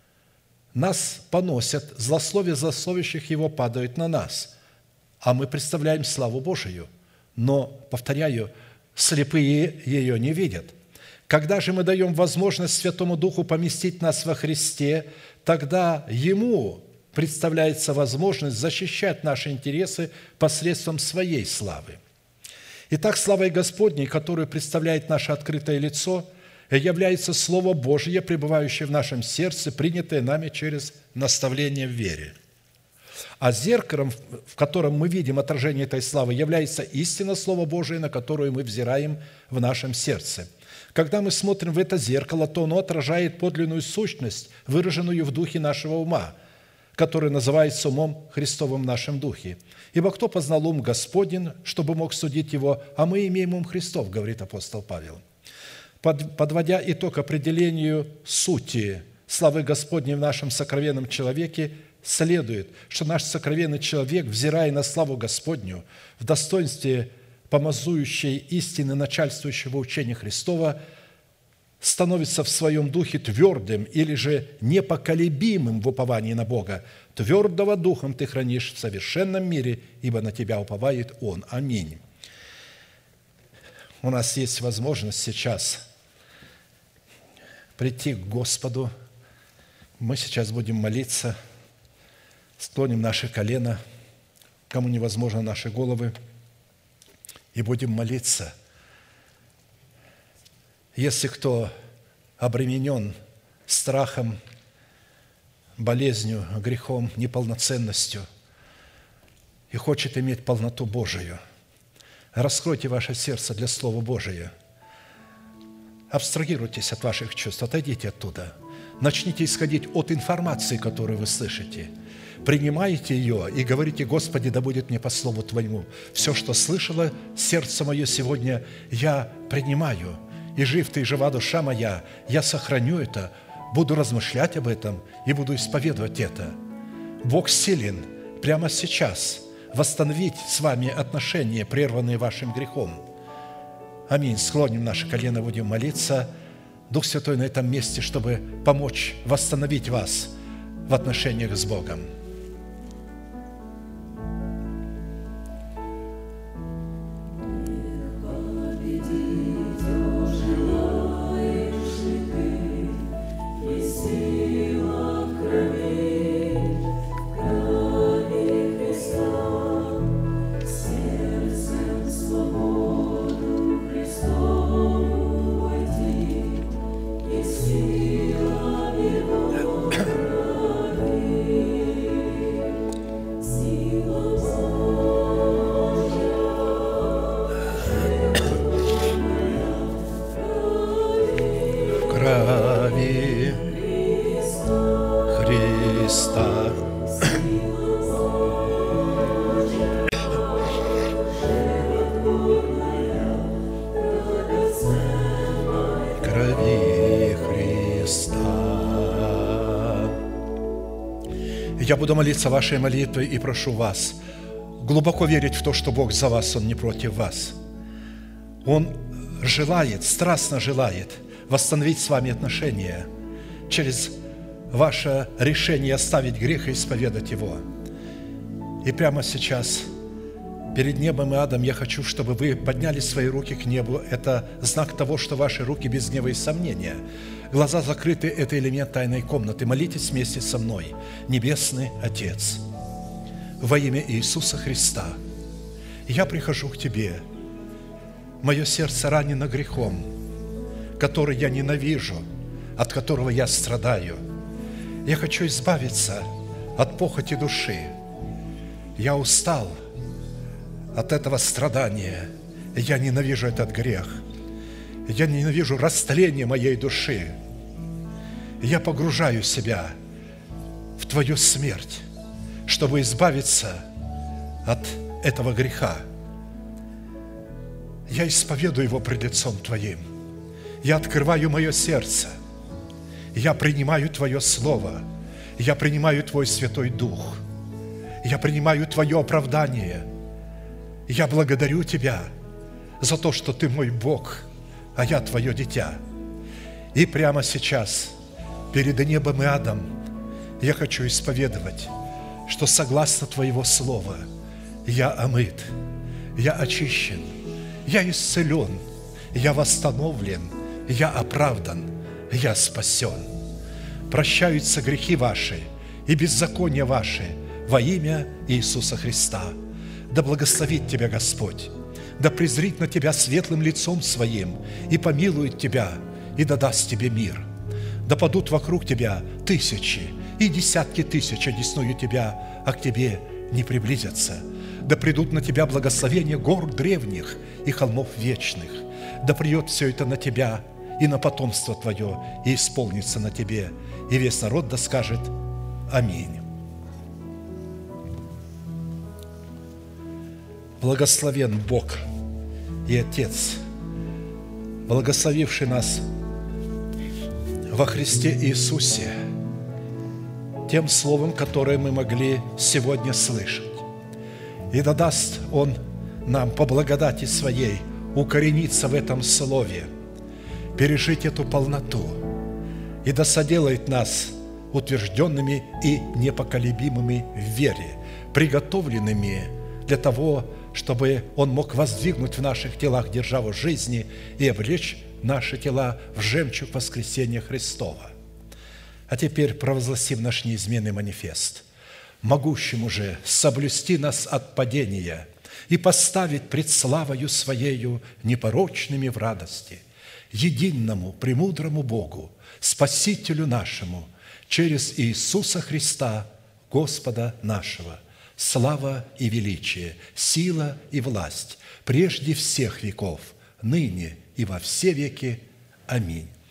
Нас поносят, злословие злословящих Его падают на нас, а мы представляем славу Божию. Но, повторяю, слепые ее не видят. Когда же мы даем возможность Святому Духу поместить нас во Христе, тогда Ему представляется возможность защищать наши интересы посредством Своей славы. Итак, славой Господней, которую представляет наше открытое лицо, является Слово Божие, пребывающее в нашем сердце, принятое нами через наставление в вере. А зеркалом, в котором мы видим отражение этой славы, является истина Слова Божия, на которую мы взираем в нашем сердце. Когда мы смотрим в это зеркало, то оно отражает подлинную сущность, выраженную в духе нашего ума, который называется умом Христовым в нашем духе. «Ибо кто познал ум Господень, чтобы мог судить его, а мы имеем ум Христов», говорит апостол Павел. Подводя итог определению сути славы Господней в нашем сокровенном человеке, следует, что наш сокровенный человек, взирая на славу Господню, в достоинстве помазующей истины начальствующего учения Христова, становится в своем духе твердым или же непоколебимым в уповании на Бога. Твердого духом ты хранишь в совершенном мире, ибо на тебя уповает Он. Аминь. У нас есть возможность сейчас прийти к Господу. Мы сейчас будем молиться, склоним наши колена, кому невозможно наши головы, и будем молиться. Если кто обременен страхом, болезнью, грехом, неполноценностью и хочет иметь полноту Божию, раскройте ваше сердце для Слова Божия. Абстрагируйтесь от ваших чувств, отойдите оттуда. Начните исходить от информации, которую вы слышите. Принимайте ее и говорите: «Господи, да будет мне по слову Твоему. Все, что слышало сердце мое сегодня, я принимаю. И жив Ты, и жива душа моя, я сохраню это, буду размышлять об этом и буду исповедовать это». Бог силен прямо сейчас восстановить с вами отношения, прерванные вашим грехом. Аминь. Склоним наши колено, будем молиться. Дух Святой на этом месте, чтобы помочь восстановить вас в отношениях с Богом. Крови Христа. Крови Христа. Я буду молиться вашей молитвой и прошу вас глубоко верить в то, что Бог за вас, Он не против вас. Он желает, страстно желает восстановить с вами отношения через ваше решение оставить грех и исповедать его. И прямо сейчас перед небом и адом я хочу, чтобы вы подняли свои руки к небу. Это знак того, что ваши руки без гнева и сомнения. Глаза закрыты – это элемент тайной комнаты. Молитесь вместе со мной. Небесный Отец, во имя Иисуса Христа, я прихожу к Тебе. Мое сердце ранено грехом, который я ненавижу, от которого я страдаю. Я хочу избавиться от похоти души. Я устал от этого страдания. Я ненавижу этот грех. Я ненавижу растление моей души. Я погружаю себя в Твою смерть, чтобы избавиться от этого греха. Я исповедую его пред лицом Твоим. Я открываю мое сердце. Я принимаю Твое Слово. Я принимаю Твой Святой Дух. Я принимаю Твое оправдание. Я благодарю Тебя за то, что Ты мой Бог, а я Твое дитя. И прямо сейчас, перед небом и адом, я хочу исповедовать, что согласно Твоего Слова я омыт, я очищен, я исцелен, я восстановлен, я оправдан, я спасен. Прощаются грехи ваши и беззакония ваши во имя Иисуса Христа. Да благословит тебя Господь, да презрит на тебя светлым лицом Своим и помилует тебя, и да даст тебе мир. Да падут вокруг тебя тысячи и десятки тысяч одесную тебя, а к тебе не приблизятся. Да придут на тебя благословения гор древних и холмов вечных. Да придет все это на тебя и на потомство твое, и исполнится на тебе. И весь народ да скажет Аминь. Благословен Бог и Отец, благословивший нас во Христе Иисусе тем словом, которое мы могли сегодня слышать. И да даст Он нам по благодати Своей укорениться в этом слове, пережить эту полноту, и да соделает нас утвержденными и непоколебимыми в вере, приготовленными для того, чтобы Он мог воздвигнуть в наших телах державу жизни и облечь наши тела в жемчуг воскресения Христова. А теперь провозгласим наш неизменный манифест, могущему же соблюсти нас от падения и поставить пред славою Своею непорочными в радости, единому, премудрому Богу, Спасителю нашему, через Иисуса Христа, Господа нашего, слава и величие, сила и власть, прежде всех веков, ныне и во все веки. Аминь.